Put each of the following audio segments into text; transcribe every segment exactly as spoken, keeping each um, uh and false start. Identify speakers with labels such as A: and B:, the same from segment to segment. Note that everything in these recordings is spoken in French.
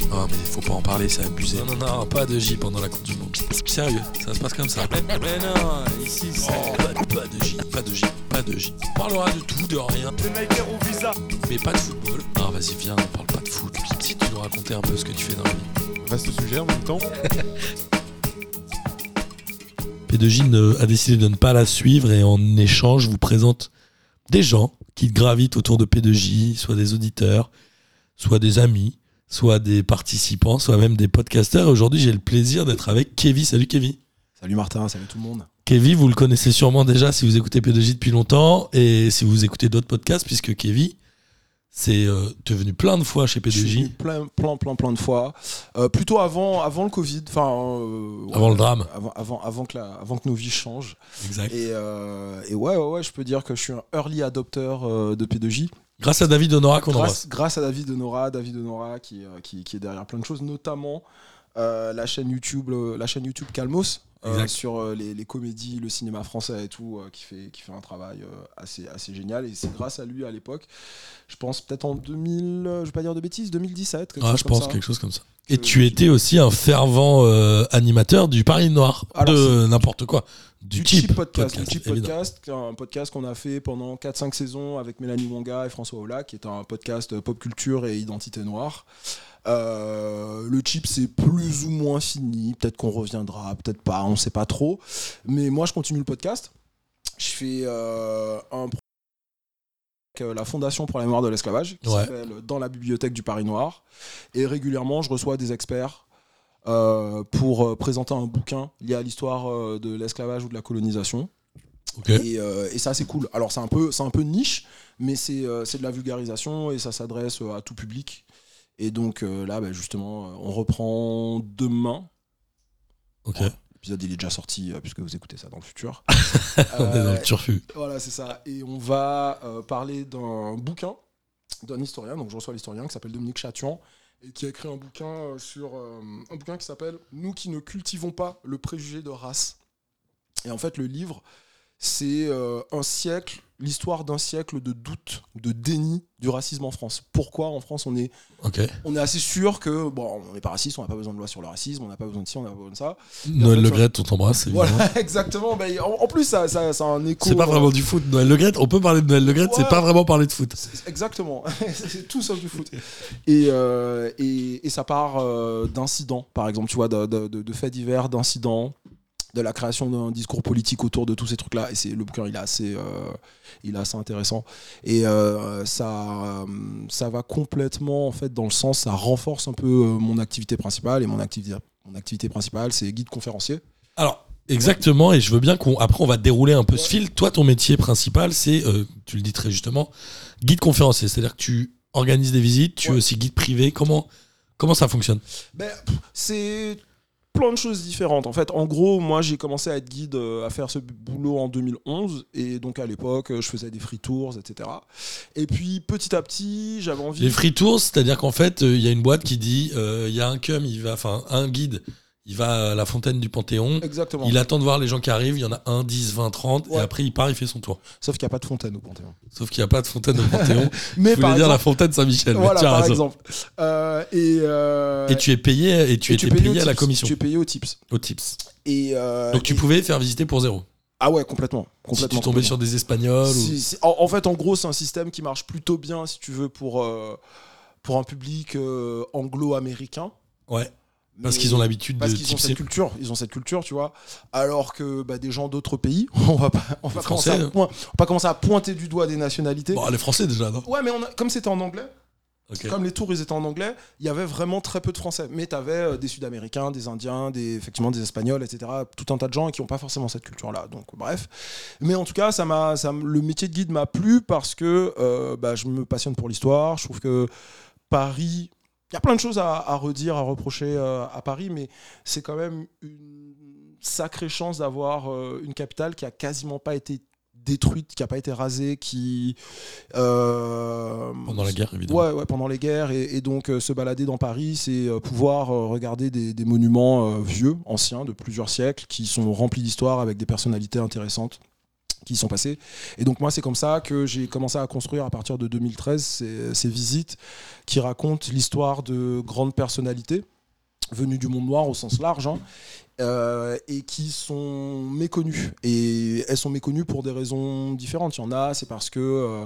A: Non mais faut pas en parler, c'est abusé. Non non non, pas de J pendant la Coupe du Monde. Sérieux, ça se passe comme ça. Mais non, ici c'est... Oh, pas, pas de J, pas de J, pas de J. On parlera de tout, de rien.
B: Le Nike au visa.
A: Mais pas de football. Non vas-y viens, on parle pas de foot. Si tu nous racontais un peu ce que tu fais dans la vie.
C: Vaste sujet en même temps.
A: P deux J ne, a décidé de ne pas la suivre et en échange vous présente des gens qui gravitent autour de P deux J, soit des auditeurs, soit des amis, soit des participants, soit même des podcasteurs. Et aujourd'hui, j'ai le plaisir d'être avec Kevin. Salut Kevin.
D: Salut Martin, salut tout le monde.
A: Kevin, vous le connaissez sûrement déjà si vous écoutez P deux J depuis longtemps et si vous écoutez d'autres podcasts, puisque Kevin, c'est euh, devenu plein de fois chez P deux J.
D: Je suis venu plein, plein, plein, plein de fois. Euh, plutôt avant, avant le Covid, enfin euh,
A: avant
D: ouais,
A: le drame.
D: Avant, avant, avant que la, avant que nos vies changent.
A: Exact.
D: Et, euh, et ouais, ouais, ouais, je peux dire que je suis un early adopter euh, de P deux J.
A: Grâce à David Honora qu'on
D: grâce,
A: embrasse.
D: Grâce à David Honora, David Honora qui, euh, qui, qui est derrière plein de choses, notamment euh, la chaîne YouTube, euh, la chaîne YouTube Calmos. Euh, sur euh, les, les comédies, le cinéma français et tout, euh, qui, fait, qui fait un travail euh, assez, assez génial. Et c'est grâce à lui à l'époque, je pense peut-être en deux mille, euh, je vais pas dire de bêtises, deux mille dix-sept.
A: Ah, je pense ça. Quelque chose comme ça. Et que tu étais aussi un fervent euh, animateur du Paris Noir, alors, de n'importe quoi. Du, du Cheap Podcast.
D: podcast, du Cheap Podcast, un podcast qu'on a fait pendant quatre cinq saisons avec Mélanie Wonga et François Ola, qui est un podcast pop culture et identité noire. Euh, le chip c'est plus ou moins fini, peut-être qu'on reviendra, peut-être pas, on sait pas trop, mais moi je continue le podcast. Je fais euh, un projet avec la Fondation pour la mémoire de l'esclavage qui ouais. s'appelle Dans la bibliothèque du Paris Noir, et régulièrement je reçois des experts euh, pour euh, présenter un bouquin lié à l'histoire euh, de l'esclavage ou de la colonisation.
A: Okay.
D: Et, euh, et ça c'est cool. Alors c'est un peu, c'est un peu niche, mais c'est, euh, c'est de la vulgarisation et ça s'adresse à tout public. Et donc euh, là, bah, justement, euh, on reprend demain.
A: Ok.
D: Bon, l'épisode il est déjà sorti euh, puisque vous écoutez ça dans le futur.
A: On euh, est dans le turfu.
D: Voilà, c'est ça. Et on va euh, parler d'un bouquin d'un historien. Donc je reçois l'historien qui s'appelle Dominique Chatian et qui a écrit un bouquin sur euh, un bouquin qui s'appelle Nous qui ne cultivons pas le préjugé de race. Et en fait, le livre, c'est euh, un siècle, l'histoire d'un siècle de doute, de déni du racisme en France. Pourquoi en France on est,
A: okay.
D: on est assez sûr que bon, on n'est pas raciste, on n'a pas besoin de loi sur le racisme, on n'a pas besoin de ci, on n'a pas besoin de ça.
A: Noël
D: en fait,
A: Le Graët, on t'embrasse.
D: Voilà, exactement. Bah, en, en plus, ça, ça, ça a un écho.
A: C'est pas vraiment du foot. Noël Le Graët, on peut parler de Noël Le Graët, ouais, c'est pas vraiment parler de foot.
D: Exactement. C'est tout sauf du foot. Et, euh, et, et ça part euh, d'incidents, par exemple, tu vois, de, de, de, de faits divers, d'incidents, de la création d'un discours politique autour de tous ces trucs-là. Et c'est, le bouquin, il est assez, euh, il est assez intéressant. Et euh, ça, euh, ça va complètement, en fait, dans le sens, ça renforce un peu euh, mon activité principale. Et mon activité, mon activité principale, c'est guide conférencier.
A: Alors, exactement. Et je veux bien qu'on, après, on va dérouler un peu ouais. ce fil. Toi, ton métier principal, c'est, euh, tu le dis très justement, guide conférencier. C'est-à-dire que tu organises des visites, tu ouais. es aussi guide privé. Comment, comment ça fonctionne ?
D: Ben, c'est plein de choses différentes. En fait, en gros, moi, j'ai commencé à être guide, euh, à faire ce boulot en deux mille onze. Et donc, à l'époque, je faisais des free tours, et cetera. Et puis, petit à petit, j'avais envie...
A: Les free tours, c'est-à-dire qu'en fait, il euh, y a une boîte qui dit, il euh, y a un cum, il va, enfin, un guide, il va à la fontaine du Panthéon.
D: Exactement.
A: Il attend de voir les gens qui arrivent. Il y en a un, dix, vingt, trente. Ouais. Et après, il part, il fait son tour.
D: Sauf qu'il n'y a pas de fontaine au Panthéon.
A: Sauf qu'il n'y a pas de fontaine au Panthéon.
D: Mais
A: je voulais dire
D: exemple,
A: la fontaine Saint-Michel.
D: Voilà,
A: mais
D: par
A: raison.
D: exemple. Euh, et, euh,
A: et tu es payé, et tu
D: et
A: étais
D: tu payé,
A: payé à la
D: tips.
A: commission.
D: Tu es payé au tips.
A: Au tips.
D: Et euh,
A: Donc tu
D: et...
A: pouvais faire visiter pour zéro.
D: Ah ouais, complètement. complètement
A: si tu tombais sur des Espagnols
D: si,
A: ou...
D: si, en, en fait, en gros, c'est un système qui marche plutôt bien, si tu veux, pour, euh, pour un public euh, anglo-américain.
A: Ouais. Parce qu'ils ont l'habitude
D: parce
A: de
D: qu'ils
A: tipser.
D: ont cette culture, ils ont cette culture, tu vois. Alors que bah, des gens d'autres pays, on va pas, on va commencer à point, on va pas commencer à pointer du doigt des nationalités.
A: Bon, les Français déjà, non ?
D: Ouais, mais on a, comme c'était en anglais,
A: okay.
D: comme les tours ils étaient en anglais, il y avait vraiment très peu de Français. Mais t'avais euh, des Sud-Américains, des Indiens, des effectivement des Espagnols, et cetera. Tout un tas de gens qui ont pas forcément cette culture-là. Donc bref. Mais en tout cas, ça m'a, ça, le métier de guide m'a plu parce que euh, bah, je me passionne pour l'histoire. Je trouve que Paris. Il y a plein de choses à, à redire, à reprocher euh, à Paris, mais c'est quand même une sacrée chance d'avoir euh, une capitale qui a quasiment pas été détruite, qui n'a pas été rasée, qui...
A: Euh, pendant la guerre, évidemment.
D: Ouais, ouais pendant les guerres. Et, et donc, euh, se balader dans Paris, c'est euh, pouvoir euh, regarder des, des monuments euh, vieux, anciens, de plusieurs siècles, qui sont remplis d'histoire, avec des personnalités intéressantes. qui y sont passés. Et donc moi, c'est comme ça que j'ai commencé à construire à partir de deux mille treize ces, ces visites qui racontent l'histoire de grandes personnalités venues du monde noir au sens large, hein, euh, et qui sont méconnues. Et elles sont méconnues pour des raisons différentes. Il y en a, c'est parce que euh,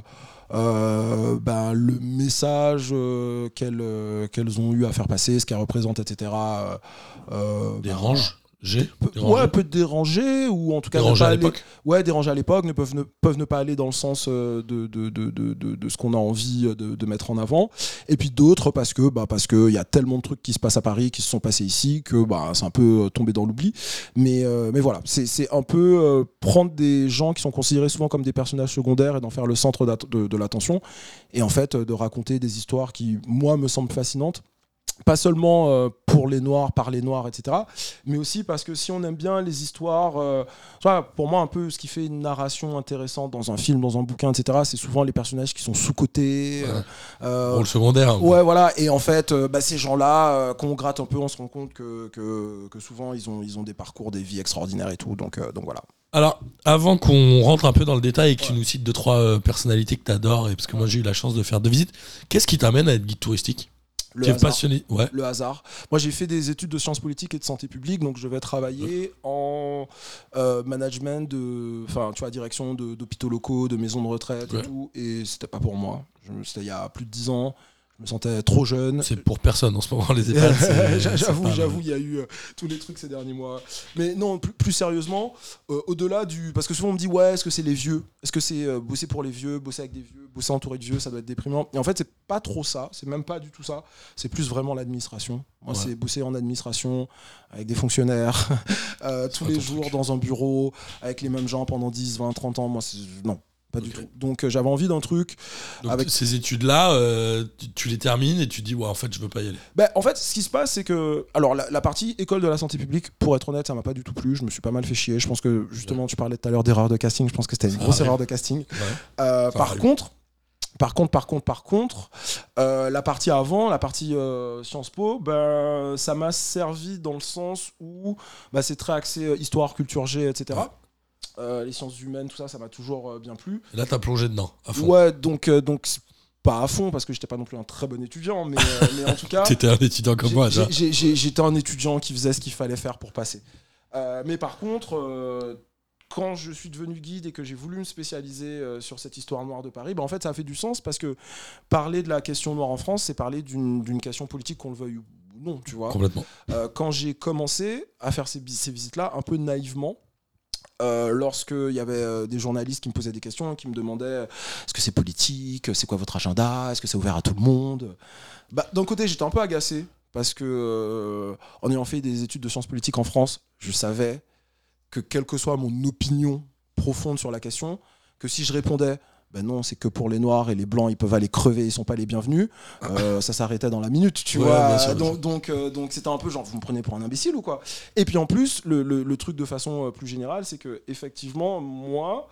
D: euh, ben, le message euh, qu'elles, euh, qu'elles ont eu à faire passer, ce qu'elles représentent, et cetera. Euh,
A: Dérange. G,
D: Peut, ouais, peut déranger ou en tout cas
A: déranger
D: ne pas
A: à
D: aller,
A: l'époque.
D: Ouais, déranger à l'époque, ne peuvent ne, peuvent ne pas aller dans le sens de, de, de, de, de, de ce qu'on a envie de, de mettre en avant. Et puis d'autres parce que bah, parce que il y a tellement de trucs qui se passent à Paris, qui se sont passés ici, que bah, c'est un peu tombé dans l'oubli. Mais, euh, mais voilà, c'est, c'est un peu euh, prendre des gens qui sont considérés souvent comme des personnages secondaires et d'en faire le centre de, de l'attention. Et en fait, de raconter des histoires qui, moi, me semblent fascinantes. Pas seulement euh, pour les Noirs, par les Noirs, et cetera, mais aussi parce que si on aime bien les histoires, euh, pour moi, un peu ce qui fait une narration intéressante dans un film, dans un bouquin, et cetera, c'est souvent les personnages qui sont sous-cotés.
A: Ouais.
D: Euh,
A: Rôle secondaire.
D: Ouais, voilà. Et en fait, euh, bah, ces gens-là, euh, quand on gratte un peu, on se rend compte que, que, que souvent, ils ont, ils ont des parcours, des vies extraordinaires et tout. Donc, euh, donc voilà.
A: Alors, avant qu'on rentre un peu dans le détail et que
D: Ouais.
A: tu nous cites deux, trois euh, personnalités que tu adores, parce que moi j'ai eu la chance de faire deux visites, qu'est-ce qui t'amène à être guide touristique ?
D: Le
A: Tu es
D: hasard.
A: passionné, ouais.
D: Le hasard. Moi, j'ai fait des études de sciences politiques et de santé publique, donc je vais travailler en euh, management de, enfin, tu vois, direction de, d'hôpitaux locaux, de maisons de retraite
A: Ouais.
D: et tout. Et c'était pas pour moi. Je, c'était il y a plus de dix ans. Je me sentais trop jeune.
A: C'est pour personne en ce moment, les EHPAD. c'est- c'est
D: j'avoue,
A: pas-
D: j'avoue, il y a eu euh, tous les trucs ces derniers mois. Mais non, plus, plus sérieusement, euh, au-delà du, parce que souvent on me dit ouais, est-ce que c'est les vieux, est-ce que c'est euh, bosser pour les vieux, bosser avec des vieux, bosser entouré de vieux, ça doit être déprimant. Et en fait, c'est pas trop ça. C'est même pas du tout ça. C'est plus vraiment l'administration. Moi,
A: Ouais.
D: c'est bosser en administration avec des fonctionnaires euh, tous
A: pas
D: les
A: ton
D: jours
A: truc.
D: dans un bureau avec les mêmes gens pendant dix, vingt, trente ans. Moi, c'est... non. Pas du
A: Ok.
D: tout. Donc euh, j'avais envie d'un truc.
A: Donc,
D: avec-
A: ces études-là, euh, tu, tu les termines et tu dis, ouais, en fait, je veux pas y aller.
D: Ben, en fait, ce qui se passe, c'est que. Alors, la, la partie école de la santé publique, pour être honnête, ça m'a pas du tout plu. Je me suis pas mal fait chier. Je pense que, justement, tu parlais tout à l'heure d'erreur de casting. Je pense que c'était une
A: Ça
D: grosse
A: arrive.
D: erreur de casting.
A: Ouais.
D: Euh,
A: Ça
D: par
A: arrive.
D: contre. Par contre, par contre, par contre, euh, la partie avant, la partie euh, Sciences Po, ben, ça m'a servi dans le sens où ben, c'est très axé euh, histoire, culture G, et cetera.
A: Ouais.
D: Euh, les sciences humaines, tout ça, ça m'a toujours euh, bien plu.
A: Et là, t'as plongé dedans, à fond.
D: Ouais, donc, euh, donc c'est pas à fond parce que j'étais pas non plus un très bon étudiant, mais, euh, mais en tout cas.
A: T'étais un étudiant comme
D: J'ai-
A: moi,
D: j'ai-
A: déjà.
D: j'ai- j'ai- J'étais un étudiant qui faisait ce qu'il fallait faire pour passer. Euh, mais par contre, euh, quand je suis devenu guide et que j'ai voulu me spécialiser euh, sur cette histoire noire de Paris, bah, en fait, ça a fait du sens parce que parler de la question noire en France, c'est parler d'une d'une question politique, qu'on le veuille ou non, tu vois.
A: Complètement.
D: Euh, quand j'ai commencé à faire ces, ces visites-là, un peu naïvement, Euh, lorsqu'il y avait euh, des journalistes qui me posaient des questions, qui me demandaient euh, est-ce que c'est politique, c'est quoi votre agenda, est-ce que c'est ouvert à tout le monde, bah, d'un côté j'étais un peu agacé parce que euh, en ayant fait des études de sciences politiques en France, je savais que quelle que soit mon opinion profonde sur la question, que si je répondais ben non, c'est que pour les noirs et les blancs, ils peuvent aller crever, ils sont pas les bienvenus. Euh, ça s'arrêtait dans la minute, tu
A: Ouais,
D: vois.
A: bien sûr, bien
D: donc,
A: sûr.
D: donc, euh, donc c'était un peu genre, vous me prenez pour un imbécile ou quoi. Et puis en plus, le, le, le truc de façon euh, plus générale, c'est que effectivement, moi,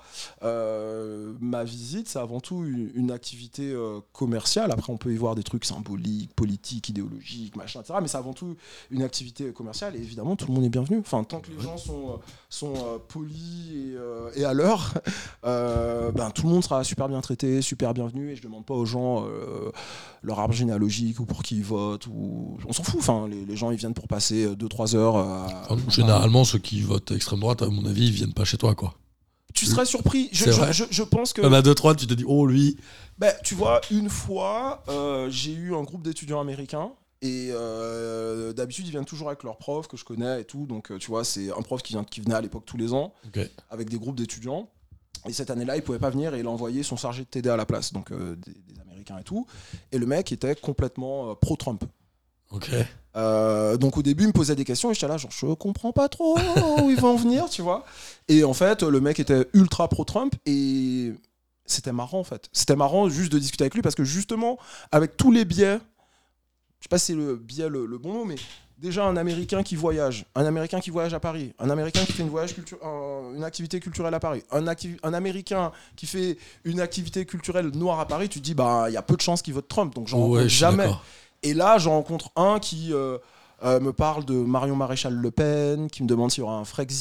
D: euh, ma visite, c'est avant tout une, une activité euh, commerciale. Après, on peut y voir des trucs symboliques, politiques, idéologiques, machin, et cetera. Mais c'est avant tout une activité commerciale. Et évidemment, tout le monde est bienvenu. Enfin, tant que les gens sont, euh, sont euh, polis et, euh, et à l'heure, euh, ben tout le monde sera super bien traité, super bienvenu, et je demande pas aux gens euh, leur arbre généalogique ou pour qui ils votent, ou... on s'en fout, enfin, les, les gens ils viennent pour passer deux trois heures à...
A: Enfin, généralement, ceux qui votent extrême droite, à mon avis, ils viennent pas chez toi, quoi.
D: Tu serais surpris, je,
A: C'est
D: je,
A: vrai.
D: je, je pense que...
A: Il y en a deux, trois, tu te dis, oh, lui.
D: Ben, tu vois, une fois, euh, j'ai eu un groupe d'étudiants américains. Et euh, d'habitude, ils viennent toujours avec leurs profs que je connais et tout. Donc, euh, tu vois, c'est un prof qui, vient, qui venait à l'époque tous les ans,
A: Ok.
D: avec des groupes d'étudiants. Et cette année-là, il pouvait pas venir et il a envoyé son chargé de T D à la place, donc euh, des, des Américains et tout. Et le mec était complètement euh, pro-Trump.
A: Ok.
D: Euh, donc au début, il me posait des questions et j'étais là, genre, je comprends pas trop où ils vont en venir, tu vois. Et en fait, le mec était ultra pro-Trump et c'était marrant, en fait. C'était marrant juste de discuter avec lui parce que justement, avec tous les biais, je sais pas si c'est le biais le, le bon mot, mais déjà un Américain qui voyage, un Américain qui voyage à Paris, un Américain qui fait une, voyage cultu- un- une activité culturelle à Paris, un, acti- un Américain qui fait une activité culturelle noire à Paris, tu te dis, bah, il y a peu de chances qu'il vote Trump, donc j'en
A: Ouais,
D: rencontre
A: je suis
D: jamais.
A: d'accord.
D: Et là, j'en rencontre un qui euh, euh, me parle de Marion Maréchal Le Pen, qui me demande s'il y aura un Frexit,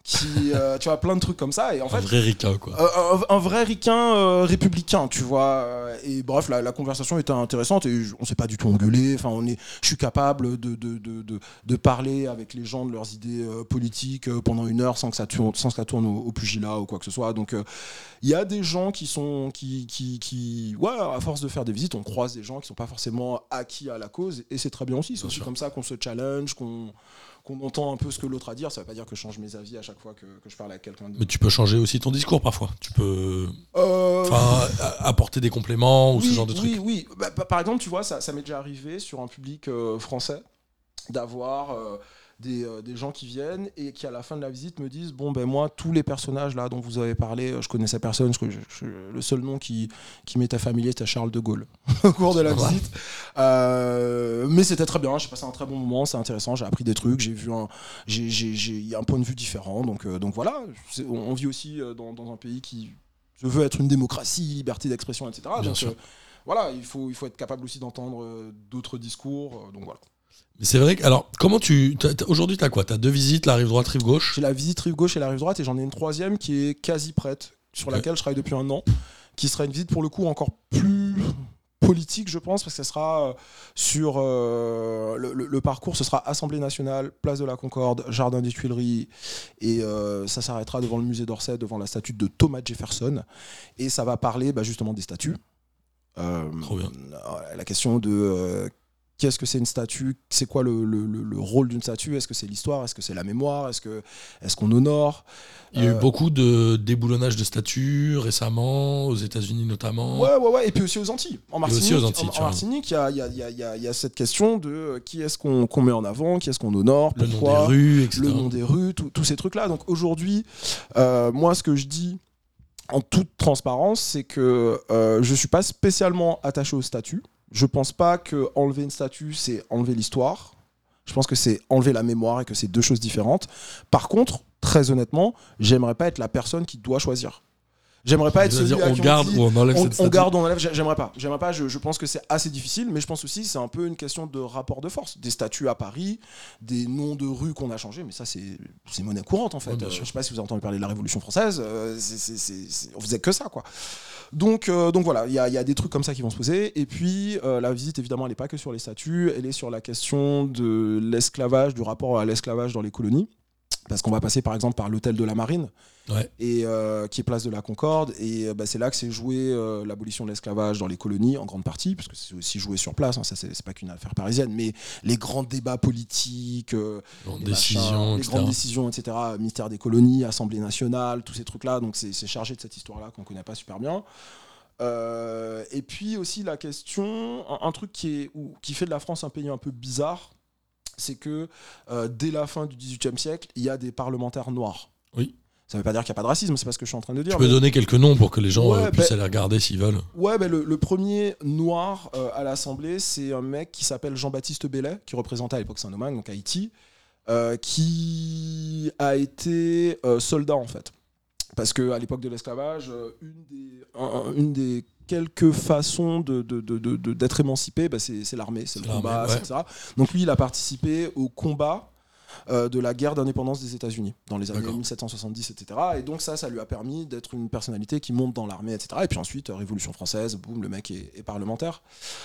D: qui, euh, tu vois, plein de trucs comme ça. Et en fait,
A: un vrai ricain, quoi.
D: Euh, un, un vrai ricain euh, républicain, tu vois. Et bref, la, la conversation était intéressante et on s'est pas du tout engueulé. Enfin, on est, je suis capable de, de, de, de, de parler avec les gens de leurs idées euh, politiques euh, pendant une heure sans que ça tourne, sans que ça tourne au, au pugilat ou quoi que ce soit. Donc, il euh, y a des gens qui sont, qui, qui, qui, ouais, à force de faire des visites, on croise des gens qui sont pas forcément acquis à la cause et c'est très bien aussi. C'est aussi comme ça qu'on se challenge, qu'on qu'on entend un peu ce que l'autre a à dire. Ça veut pas dire que je change mes avis à chaque fois que, que je parle avec quelqu'un de...
A: Mais tu peux changer aussi ton discours parfois. Tu peux
D: euh...
A: apporter des compléments ou
D: oui,
A: ce genre de trucs.
D: Oui, oui. Bah, par exemple, tu vois, ça, ça m'est déjà arrivé sur un public euh, français d'avoir euh, des, euh, des gens qui viennent et qui à la fin de la visite me disent bon ben moi tous les personnages là dont vous avez parlé, je connaissais personne. Je, je, je, le seul nom qui, qui m'était familier c'était Charles de Gaulle au cours de la visite. Euh, mais c'était très bien. J'ai passé un très bon moment. C'est intéressant. J'ai appris des trucs. J'ai vu un, j'ai, j'ai, j'ai, y a un point de vue différent. Donc, euh, donc voilà. C'est, on vit aussi dans, dans un pays qui se veut être une démocratie, liberté d'expression, et cetera.
A: Bien
D: donc
A: sûr.
D: Euh, voilà, il faut, il faut être capable aussi d'entendre euh, d'autres discours. Euh, donc voilà.
A: Mais c'est vrai que, alors, comment tu. T'as, t'as, aujourd'hui, t'as quoi? T'as deux visites, la rive droite, rive gauche?
D: J'ai la visite rive gauche et la rive droite, et j'en ai une troisième qui est quasi prête, sur okay. laquelle je travaille depuis un an, qui sera une visite pour le coup encore plus politique, je pense, parce que ça sera sur euh, le, le, le parcours, ce sera Assemblée nationale, place de la Concorde, Jardin des Tuileries, et euh, ça s'arrêtera devant le musée d'Orsay, devant la statue de Thomas Jefferson, et ça va parler bah, justement des statues. Euh,
A: Trop bien.
D: La question de euh, qu'est-ce que c'est une statue, c'est quoi le, le, le rôle d'une statue, est-ce que c'est l'histoire, est-ce que c'est la mémoire, est-ce, que, est-ce qu'on honore.
A: Il y a
D: euh,
A: eu beaucoup de déboulonnage de statues récemment, aux États-Unis notamment.
D: Ouais, ouais, ouais, et puis aussi aux Antilles. En Martinique,
A: aux Antilles,
D: en, en Martinique, il y a, y, a, y, a, y, a, y a cette question de euh, qui est-ce qu'on, qu'on met en avant, qui est-ce qu'on honore,
A: le
D: pourquoi,
A: nom des rues, et cetera.
D: Le nom des rues, tous ces trucs-là. Donc aujourd'hui, euh, moi, ce que je dis en toute transparence, c'est que euh, je ne suis pas spécialement attaché aux statues. Je pense pas que enlever une statue, c'est enlever l'histoire. Je pense que c'est enlever la mémoire et que c'est deux choses différentes. Par contre, très honnêtement, j'aimerais pas être la personne qui doit choisir. J'aimerais pas être celui à
A: on
D: qui
A: garde
D: on dit,
A: ou on enlève
D: on,
A: cette
D: on garde ou on enlève. J'aimerais pas. J'aimerais pas. Je, je pense que c'est assez difficile, mais je pense aussi c'est un peu une question de rapport de force. Des statues à Paris, des noms de rues qu'on a changés, mais ça c'est, c'est monnaie courante en fait.
A: Ouais,
D: euh, je sais pas si vous avez entendu parler de la Révolution française. Euh, c'est, c'est, c'est, c'est, on faisait que ça quoi. Donc, euh, donc voilà, il y, y a des trucs comme ça qui vont se poser. Et puis euh, la visite évidemment elle n'est pas que sur les statues, elle est sur la question de l'esclavage, du rapport à l'esclavage dans les colonies. Parce qu'on va passer par exemple par l'hôtel de la Marine,
A: ouais.
D: et, euh, qui est place de la Concorde, et euh, bah, c'est là que s'est joué euh, l'abolition de l'esclavage dans les colonies, en grande partie, parce que c'est aussi joué sur place, hein, ça c'est, c'est pas qu'une affaire parisienne, mais les grands débats politiques, euh, les,
A: décisions,
D: machins, les grandes décisions, et cetera, ministère des colonies, Assemblée nationale, tous ces trucs-là, donc c'est, c'est chargé de cette histoire-là qu'on connaît pas super bien. Euh, et puis aussi la question, un, un truc qui, est, où, qui fait de la France un pays un peu bizarre, c'est que euh, dès la fin du dix-huitième siècle, il y a des parlementaires noirs.
A: Oui.
D: Ça ne veut pas dire qu'il n'y a pas de racisme, c'est pas ce que je suis en train de dire.
A: Tu peux
D: mais...
A: donner quelques noms pour que les gens
D: ouais,
A: euh, puissent
D: bah...
A: aller regarder s'ils veulent.
D: Ouais, bah, le, le premier noir euh, à l'Assemblée, c'est un mec qui s'appelle Jean-Baptiste Bellet, qui représentait à l'époque Saint-Domingue, donc Haïti, euh, qui a été euh, soldat en fait. Parce qu'à l'époque de l'esclavage, une des, un, une des quelques façons de, de, de, de, d'être émancipé, bah c'est, c'est l'armée, c'est, c'est le combat, ouais. et cetera. Donc lui, il a participé au combat euh, de la guerre d'indépendance des États-Unis dans les années D'accord. dix-sept cent soixante-dix, et cetera. Et donc ça, ça lui a permis d'être une personnalité qui monte dans l'armée, et cetera. Et puis ensuite, euh, Révolution française, boum, le mec est, est parlementaire.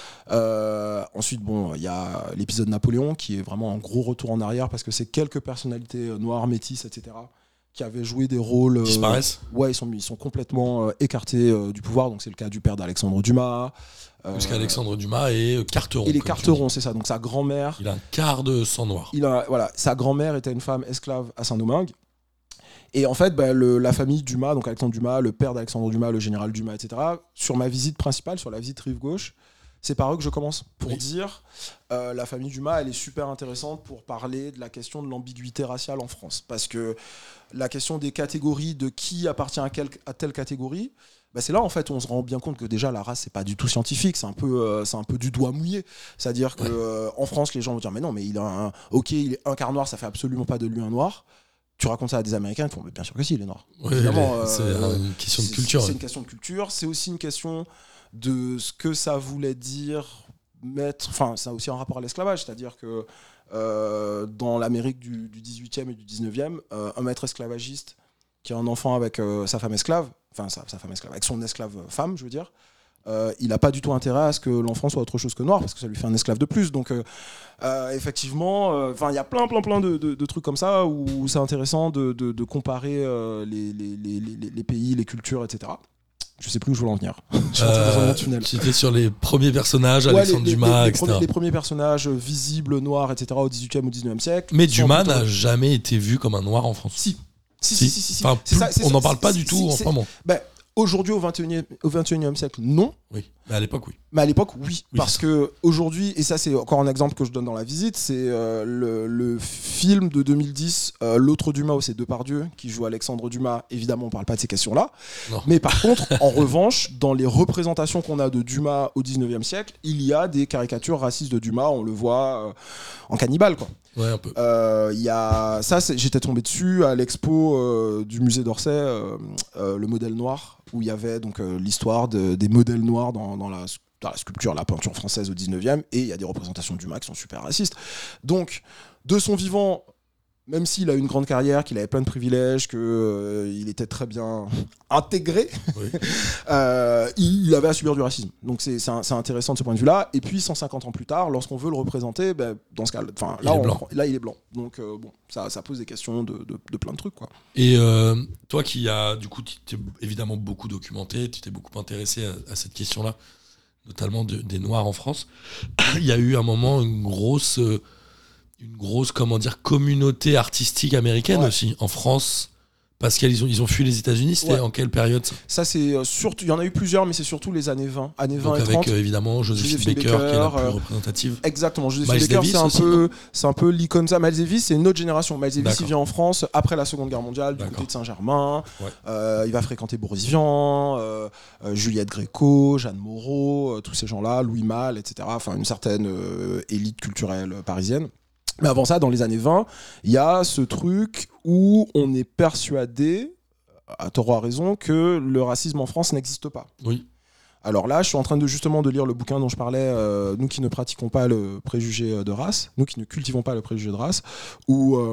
D: Euh, ensuite, bon, il y a l'épisode Napoléon qui est vraiment un gros retour en arrière parce que c'est quelques personnalités noires, métisses, et cetera qui avaient joué des rôles... Euh,
A: disparaissent.
D: Ouais, ils sont, ils sont complètement euh, écartés euh, du pouvoir. Donc c'est le cas du père d'Alexandre Dumas.
A: Euh, Parce qu'Alexandre Dumas est Carteron.
D: Et les Carterons, c'est ça. Donc sa grand-mère...
A: Il a un quart de sang noir.
D: Il a, voilà, sa grand-mère était une femme esclave à Saint-Domingue. Et en fait, bah, le, la famille Dumas, donc Alexandre Dumas, le père d'Alexandre Dumas, le général Dumas, et cetera, sur ma visite principale, sur la visite rive gauche, c'est par eux que je commence pour oui. dire euh, la famille Dumas, elle est super intéressante pour parler de la question de l'ambiguïté raciale en France. Parce que la question des catégories, de qui appartient à, quelle, à telle catégorie, bah c'est là en fait on se rend bien compte que déjà la race c'est pas du tout scientifique, c'est un peu, euh, c'est un peu du doigt mouillé. C'est-à-dire qu'en ouais. euh, France les gens vont dire mais non mais il a un, ok il est un quart noir, ça fait absolument pas de lui un noir. Tu racontes ça à des Américains, ils font mais bien sûr que si il est noir.
A: Ouais, Évidemment, les, c'est euh, une question de culture.
D: C'est, c'est
A: ouais.
D: une question de culture, c'est aussi une question de ce que ça voulait dire mettre, enfin, ça a aussi un rapport à l'esclavage, c'est-à-dire que euh, dans l'Amérique du, du dix-huitième et du dix-neuvième, euh, un maître esclavagiste qui a un enfant avec euh, sa femme esclave, enfin sa, sa femme esclave, avec son esclave femme, je veux dire, euh, il n'a pas du tout intérêt à ce que l'enfant soit autre chose que noir, parce que ça lui fait un esclave de plus. Donc, euh, euh, effectivement, enfin, il y a plein, plein, plein de, de, de trucs comme ça où c'est intéressant de, de, de comparer euh, les, les, les, les, les pays, les cultures, et cetera. Je sais plus où je voulais en venir. Je suis rentré dans un long tunnel.
A: C'était sur les premiers personnages,
D: ouais,
A: Alexandre
D: les,
A: Dumas,
D: les, les,
A: et cetera.
D: Premiers, les premiers personnages visibles, noirs, et cetera au dix-huitième ou dix-neuvième siècle.
A: Mais Dumas n'a jamais été vu comme un noir en France.
D: Si. Si, si, si. si, si.
A: Enfin,
D: c'est
A: plus,
D: ça, c'est
A: on n'en
D: ça,
A: parle pas
D: c'est,
A: du
D: c'est,
A: tout.
D: c'est,
A: enfin bon.
D: Ben, aujourd'hui, au vingt et unième, au vingt et unième siècle, non.
A: Oui, mais à l'époque, oui.
D: Mais à l'époque, oui.
A: oui
D: parce que aujourd'hui, et ça, c'est encore un exemple que je donne dans la visite, c'est euh, le, le film de deux mille dix, euh, L'autre Dumas, où c'est Depardieu qui joue Alexandre Dumas. Évidemment, on parle pas de ces questions-là. Non. Mais par contre, en revanche, dans les représentations qu'on a de Dumas au dix-neuvième siècle, il y a des caricatures racistes de Dumas. On le voit euh, en cannibale, quoi.
A: Ouais, un peu.
D: Euh, y a... Ça, c'est... j'étais tombé dessus à l'expo euh, du musée d'Orsay, euh, euh, le modèle noir, où il y avait donc euh, l'histoire de, des modèles noirs dans, dans, la, dans la sculpture, la peinture française au dix-neuvième, et il y a des représentations de Dumas qui sont super racistes. Donc, de son vivant, même s'il a eu une grande carrière, qu'il avait plein de privilèges, qu'il euh, était très bien intégré, oui. euh, il, il avait à subir du racisme. Donc c'est, c'est, un, c'est intéressant de ce point de vue-là. Et puis cent cinquante ans plus tard, lorsqu'on veut le représenter, ben, dans ce cas, là,
A: il est blanc.
D: On, là il est blanc. Donc euh, bon, ça, ça pose des questions de, de, de plein de trucs, quoi.
A: Et euh, toi qui as du coup, tu t'es évidemment beaucoup documenté, tu t'es beaucoup intéressé à, à cette question-là, notamment de, des Noirs en France. Il y a eu un moment une grosse... Euh, une grosse, comment dire, communauté artistique américaine ouais. aussi, en France, parce qu'ils ont, ils ont fui les États-Unis. C'était ouais. en quelle période ça,
D: ça c'est euh, surtout, il y en a eu plusieurs, mais c'est surtout les années vingt, années vingt
A: donc
D: et trente.
A: Avec euh, évidemment Joséphine, Joséphine Baker, Baker, qui est la plus euh, représentative.
D: Exactement, Joséphine Baker, c'est un
A: aussi,
D: peu, c'est un peu l'icône. Ça, Miles Davis, c'est une autre génération. Miles Davis, D'accord. il vient en France après la Seconde Guerre mondiale, du D'accord. côté de Saint-Germain. Ouais. Euh, il va fréquenter Boris Vian, euh, euh, Juliette Gréco, Jeanne Moreau, euh, tous ces gens-là, Louis Malle, et cetera. Enfin, une certaine euh, élite culturelle parisienne. Mais avant ça, dans les années vingt, il y a ce truc où on est persuadé, à tort ou à raison, que le racisme en France n'existe pas.
A: Oui.
D: Alors là, je suis en train de justement de lire le bouquin dont je parlais, euh, nous qui ne pratiquons pas le préjugé de race, nous qui ne cultivons pas le préjugé de race, où euh,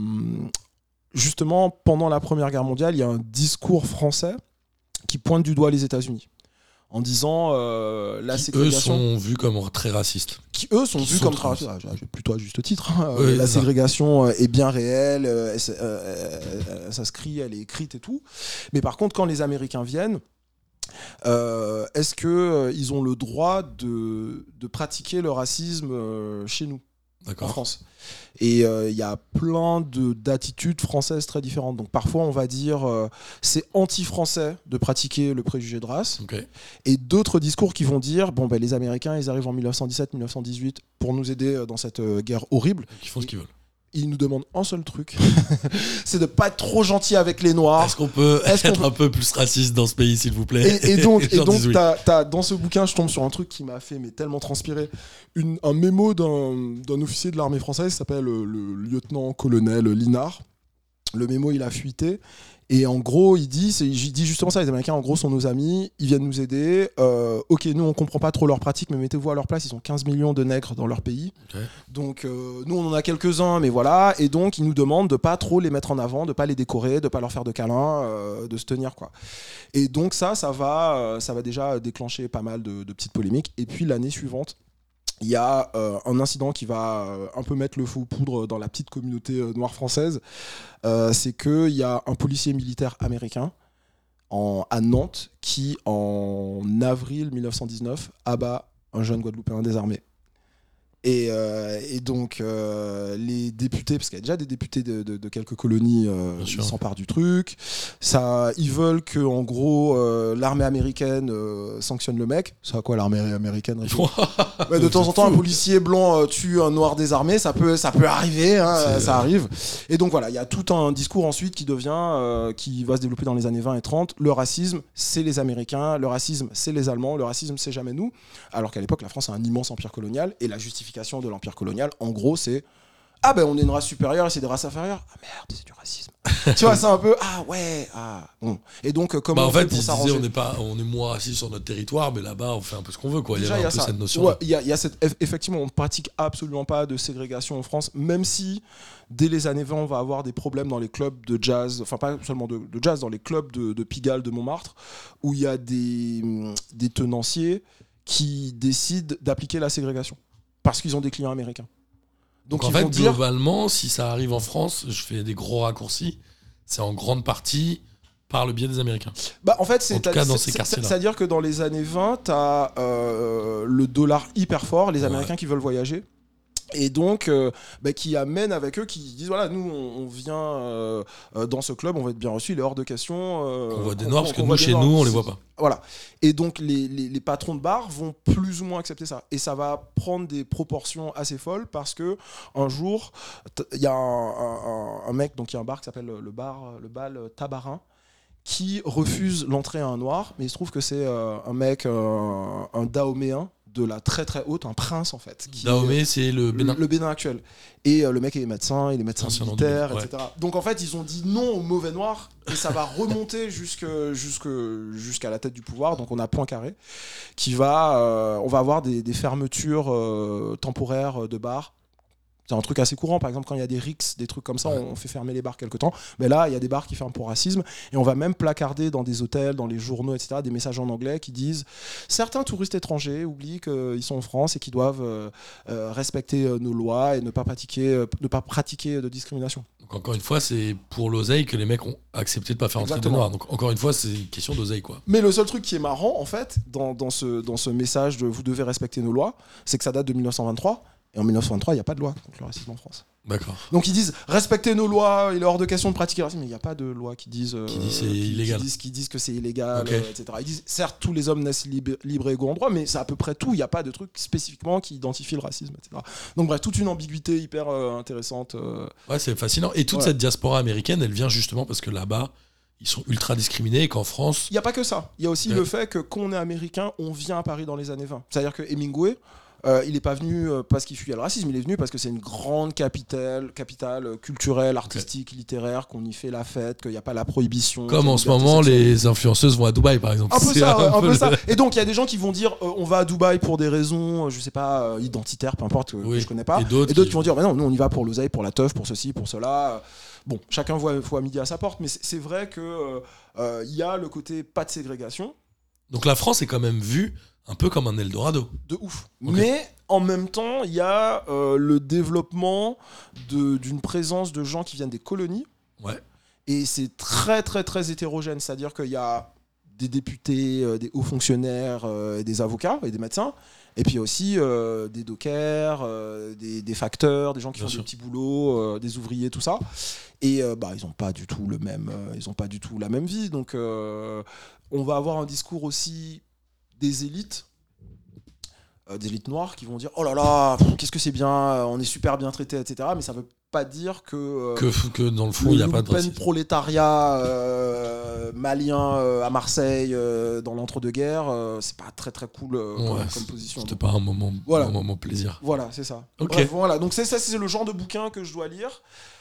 D: justement, pendant la Première Guerre mondiale, il y a un discours français qui pointe du doigt les États-Unis. En disant euh, la
A: qui
D: ségrégation.
A: Eux sont vus comme très racistes.
D: Qui eux sont qui vus sont comme très racistes. Ah, plutôt à juste titre. Hein.
A: Oui,
D: la
A: ça.
D: ségrégation est bien réelle, euh, euh, euh, ça se crie, elle est écrite et tout. Mais par contre, quand les Américains viennent, euh, est-ce qu'ils euh, ont le droit de, de pratiquer le racisme euh, chez nous ?
A: D'accord.
D: En France. Et il euh, y a plein de, d'attitudes françaises très différentes. Donc parfois on va dire euh, c'est anti-français de pratiquer le préjugé de race.
A: Okay.
D: Et d'autres discours qui vont dire bon ben les Américains ils arrivent en dix-neuf cent dix-sept dix-neuf cent dix-huit pour nous aider dans cette euh, guerre horrible.
A: Ils font ce qu'ils veulent.
D: Ils nous demandent un seul truc, c'est de pas être trop gentil avec les Noirs.
A: Est-ce qu'on peut Est-ce être qu'on peut... un peu plus raciste dans ce pays, s'il vous plaît ?
D: Et, et donc, et donc t'as, t'as, dans ce bouquin, je tombe sur un truc qui m'a fait mais tellement transpirer. Une, un mémo d'un, d'un officier de l'armée française qui s'appelle le, le lieutenant-colonel Linard. Le mémo, il a fuité. Et en gros, il dit, c'est, il dit justement ça, les Américains, en gros, sont nos amis, ils viennent nous aider. Euh, ok, nous, on comprend pas trop leurs pratiques, mais mettez-vous à leur place, ils sont quinze millions de nègres dans leur pays. Okay. Donc, euh, nous, on en a quelques-uns, mais voilà. Et donc, ils nous demandent de pas trop les mettre en avant, de pas les décorer, de pas leur faire de câlins, euh, de se tenir, quoi. Et donc, ça, ça va, euh, ça va déjà déclencher pas mal de, de petites polémiques. Et puis, l'année suivante, il y a euh, un incident qui va euh, un peu mettre le feu aux poudres dans la petite communauté euh, noire française. Euh, c'est qu'il y a un policier militaire américain en, à Nantes qui, en avril dix-neuf cent dix-neuf, abat un jeune Guadeloupéen désarmé. Et, euh, et donc, euh, les députés, parce qu'il y a déjà des députés de, de, de quelques colonies, euh, ils s'emparent du truc. Ça, ils veulent que, en gros, euh, l'armée américaine euh, sanctionne le mec. C'est à quoi l'armée américaine ouais, de temps en temps, un policier blanc euh, tue un noir désarmé. Ça peut, ça peut arriver, hein, ça arrive. Et donc, voilà, il y a tout un discours ensuite qui devient, euh, qui va se développer dans les années vingt et trente. Le racisme, c'est les Américains. Le racisme, c'est les Allemands. Le racisme, c'est jamais nous. Alors qu'à l'époque, la France a un immense empire colonial et la justification de l'empire colonial, en gros, c'est ah ben on est une race supérieure et c'est des races inférieures. Ah merde, c'est du racisme. Tu vois, c'est un peu ah ouais, ah bon. Et donc comment
A: bah, en
D: on
A: fait,
D: fait pour
A: ils
D: s'arranger?
A: disaient on est pas, on est moins raciste sur notre territoire, mais là-bas on fait un peu ce qu'on veut, quoi.
D: Déjà,
A: il y
D: il
A: avait
D: y
A: un
D: a
A: peu
D: ça.
A: cette notion.
D: Ouais, il y a, il y a cette, effectivement, on ne pratique absolument pas de ségrégation en France, même si dès les années vingt, on va avoir des problèmes dans les clubs de jazz, enfin pas seulement de, de jazz, dans les clubs de, de Pigalle, de Montmartre, où il y a des, des tenanciers qui décident d'appliquer la ségrégation parce qu'ils ont des clients américains.
A: Donc,
D: Donc
A: en
D: ils
A: fait,
D: vont dire,
A: globalement, si ça arrive en France, je fais des gros raccourcis, c'est en grande partie par le biais des Américains.
D: bah en fait, c'est
A: En tout cas, dans
D: c'est-
A: ces
D: c'est-
A: quartiers-là.
D: c'est-à-dire que dans les années vingt, tu as le dollar hyper fort, les
A: Ouais.
D: Américains qui veulent voyager. Et donc, euh, bah, qui amènent avec eux, qui disent voilà, nous, on, on vient euh, euh, dans ce club, on va être bien reçu, il est hors de question. Euh,
A: On voit des
D: qu'on-
A: noirs, parce que
D: qu'on
A: nous,
D: voit des
A: chez
D: noirs.
A: nous, on les voit pas.
D: Voilà. Et donc, les, les, les patrons de bar vont plus ou moins accepter ça. Et ça va prendre des proportions assez folles parce que un jour, il y a un, un, un mec, donc il y a un bar qui s'appelle le bar, le bal Tabarin, qui refuse l'entrée à un noir, mais il se trouve que c'est euh, un mec, euh, un dahoméen de la très très haute, un prince en fait. Qui
A: Dahomey, c'est le Bénin.
D: Le, le Bénin actuel. Et euh, le mec est médecin, il est médecin
A: Ancien nom
D: militaire,
A: du Bénin,
D: et cetera. Donc en fait, ils ont dit non au mauvais noir, et ça va remonter jusque, jusque, jusqu'à la tête du pouvoir. Donc on a Poincaré, qui va, euh, on va avoir des, des fermetures euh, temporaires de bars. C'est un truc assez courant, par exemple quand il y a des rixes, des trucs comme ça,
A: Ouais.
D: on fait fermer les bars quelque temps. Mais là, il y a des bars qui ferment pour racisme, et on va même placarder dans des hôtels, dans les journaux, et cetera, des messages en anglais qui disent certains touristes étrangers oublient qu'ils sont en France et qu'ils doivent euh, euh, respecter euh, nos lois et ne pas pratiquer, euh, ne pas pratiquer de discrimination.
A: Donc encore une fois, c'est pour l'oseille que les mecs ont accepté de pas faire entrer des
D: Exactement.
A: noirs. Donc encore une fois, c'est une question d'oseille, quoi.
D: Mais le seul truc qui est marrant, en fait, dans, dans, ce, dans ce message de vous devez respecter nos lois, c'est que ça date de mille neuf cent vingt-trois, et en mille neuf cent vingt-trois, il n'y a pas de loi contre le racisme en France.
A: D'accord.
D: Donc ils disent respectez nos lois, il est hors de question de pratiquer le racisme, mais il n'y a pas de loi qui disent euh,
A: Qui dit c'est
D: qui,
A: illégal.
D: Qui disent, qui disent que c'est illégal,
A: Ok.
D: euh, et cetera. Ils disent certes tous les hommes naissent libres, libres et égaux en droit, mais c'est à peu près tout. Il n'y a pas de truc spécifiquement qui identifie le racisme, et cetera. Donc bref, toute une ambiguïté hyper euh, intéressante. euh.
A: Ouais, c'est fascinant. Et toute
D: Ouais.
A: cette diaspora américaine, elle vient justement parce que là-bas, ils sont ultra discriminés et qu'en France,
D: Il n'y a pas que ça. Il y a aussi
A: Ouais.
D: le fait que quand on est américain, on vient à Paris dans les années vingt. C'est-à-dire que Hemingway, Euh, il n'est pas venu euh, parce qu'il fuyait le racisme, il est venu parce que c'est une grande capitale, capitale euh, culturelle, artistique, okay. littéraire, qu'on y fait la fête, qu'il n'y a pas la prohibition.
A: Comme en ce moment, sexuelle. Les influenceuses vont à Dubaï, par exemple.
D: Un peu
A: c'est
D: ça,
A: un,
D: un
A: peu
D: peu
A: le...
D: ça. Et donc, il y a des gens qui vont dire euh, on va à Dubaï pour des raisons, euh, je sais pas, euh, identitaires, peu importe, oui. que je connais pas.
A: Et d'autres,
D: Et d'autres
A: qui...
D: qui vont dire bah non, nous on y va pour l'oseille, pour la teuf, pour ceci, pour cela. Bon, chacun voit, voit midi à sa porte, mais c'est, c'est vrai qu'il euh, y a le côté pas de ségrégation.
A: Donc la France est quand même vue un peu comme un Eldorado.
D: De ouf.
A: Okay.
D: Mais en même temps, il y a euh, le développement de, d'une présence de gens qui viennent des colonies.
A: Ouais.
D: Et c'est très, très, très hétérogène. C'est-à-dire qu'il y a des députés, euh, des hauts fonctionnaires, euh, des avocats et des médecins. Et puis aussi euh, des dockers, euh, des, des facteurs, des gens qui Bien font sûr. des petits boulots, euh, des ouvriers, tout ça. Et euh, bah, ils n'ont pas du tout le même, euh, ils ont pas du tout la même vie. Donc, euh, on va avoir un discours aussi des élites, euh, des élites noires qui vont dire oh là là, pff, qu'est-ce que c'est bien, on est super bien traité, et cetera. Mais ça veut pas dire que euh,
A: que, que dans le fond il n'y a pas de
D: racisme. Le prolétariat euh, malien euh, à Marseille euh, dans l'entre-deux-guerres, euh, c'est pas très très cool euh,
A: ouais,
D: comme, comme position.
A: C'était pas un moment,
D: voilà.
A: un moment plaisir.
D: Voilà, c'est ça.
A: Okay.
D: Bref, voilà. Donc c'est ça, c'est le genre de bouquin que je dois lire.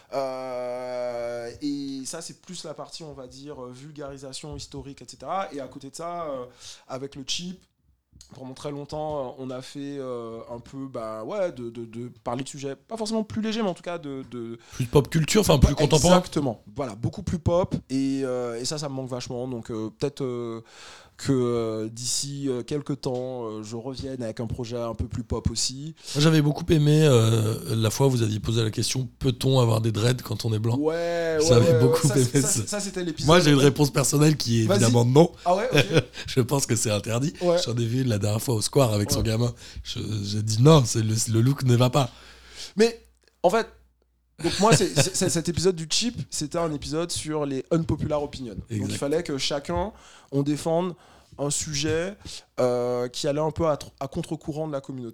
D: Euh, et ça, c'est plus la partie, on va dire, vulgarisation historique, et cetera. Et à côté de ça, euh, avec le cheap, pendant très longtemps, on a fait euh, un peu, bah ouais, de, de, de parler de sujets, pas forcément plus légers, mais en tout cas de... de...
A: Plus de pop culture, enfin plus contemporain.
D: Exactement, voilà, beaucoup plus pop. Et, euh, et ça, ça me manque vachement. Donc euh, peut-être euh, que euh, d'ici euh, quelques temps, euh, je revienne avec un projet un peu plus pop aussi.
A: Moi, j'avais beaucoup aimé euh, la fois où vous aviez posé la question, peut-on avoir des dreads quand on est blanc ?
D: Ouais, ouais,
A: J'avais
D: ouais,
A: beaucoup
D: ouais.
A: aimé
D: ça.
A: ça.
D: Ça, ça c'était l'épisode.
A: Moi, j'ai une réponse personnelle qui est
D: Vas-y.
A: évidemment non.
D: Ah ouais, ok.
A: Je pense que c'est interdit.
D: Ouais.
A: J'en ai vu la dernière fois au square avec
D: ouais.
A: son gamin. Je, j'ai dit non, c'est le, le look ne va pas.
D: Mais en fait, donc moi, c'est, c'est, cet épisode du cheap, c'était un épisode sur les unpopular opinions. Exact. Donc il fallait que chacun, on défende un sujet euh, qui allait un peu à, à contre-courant de la communauté.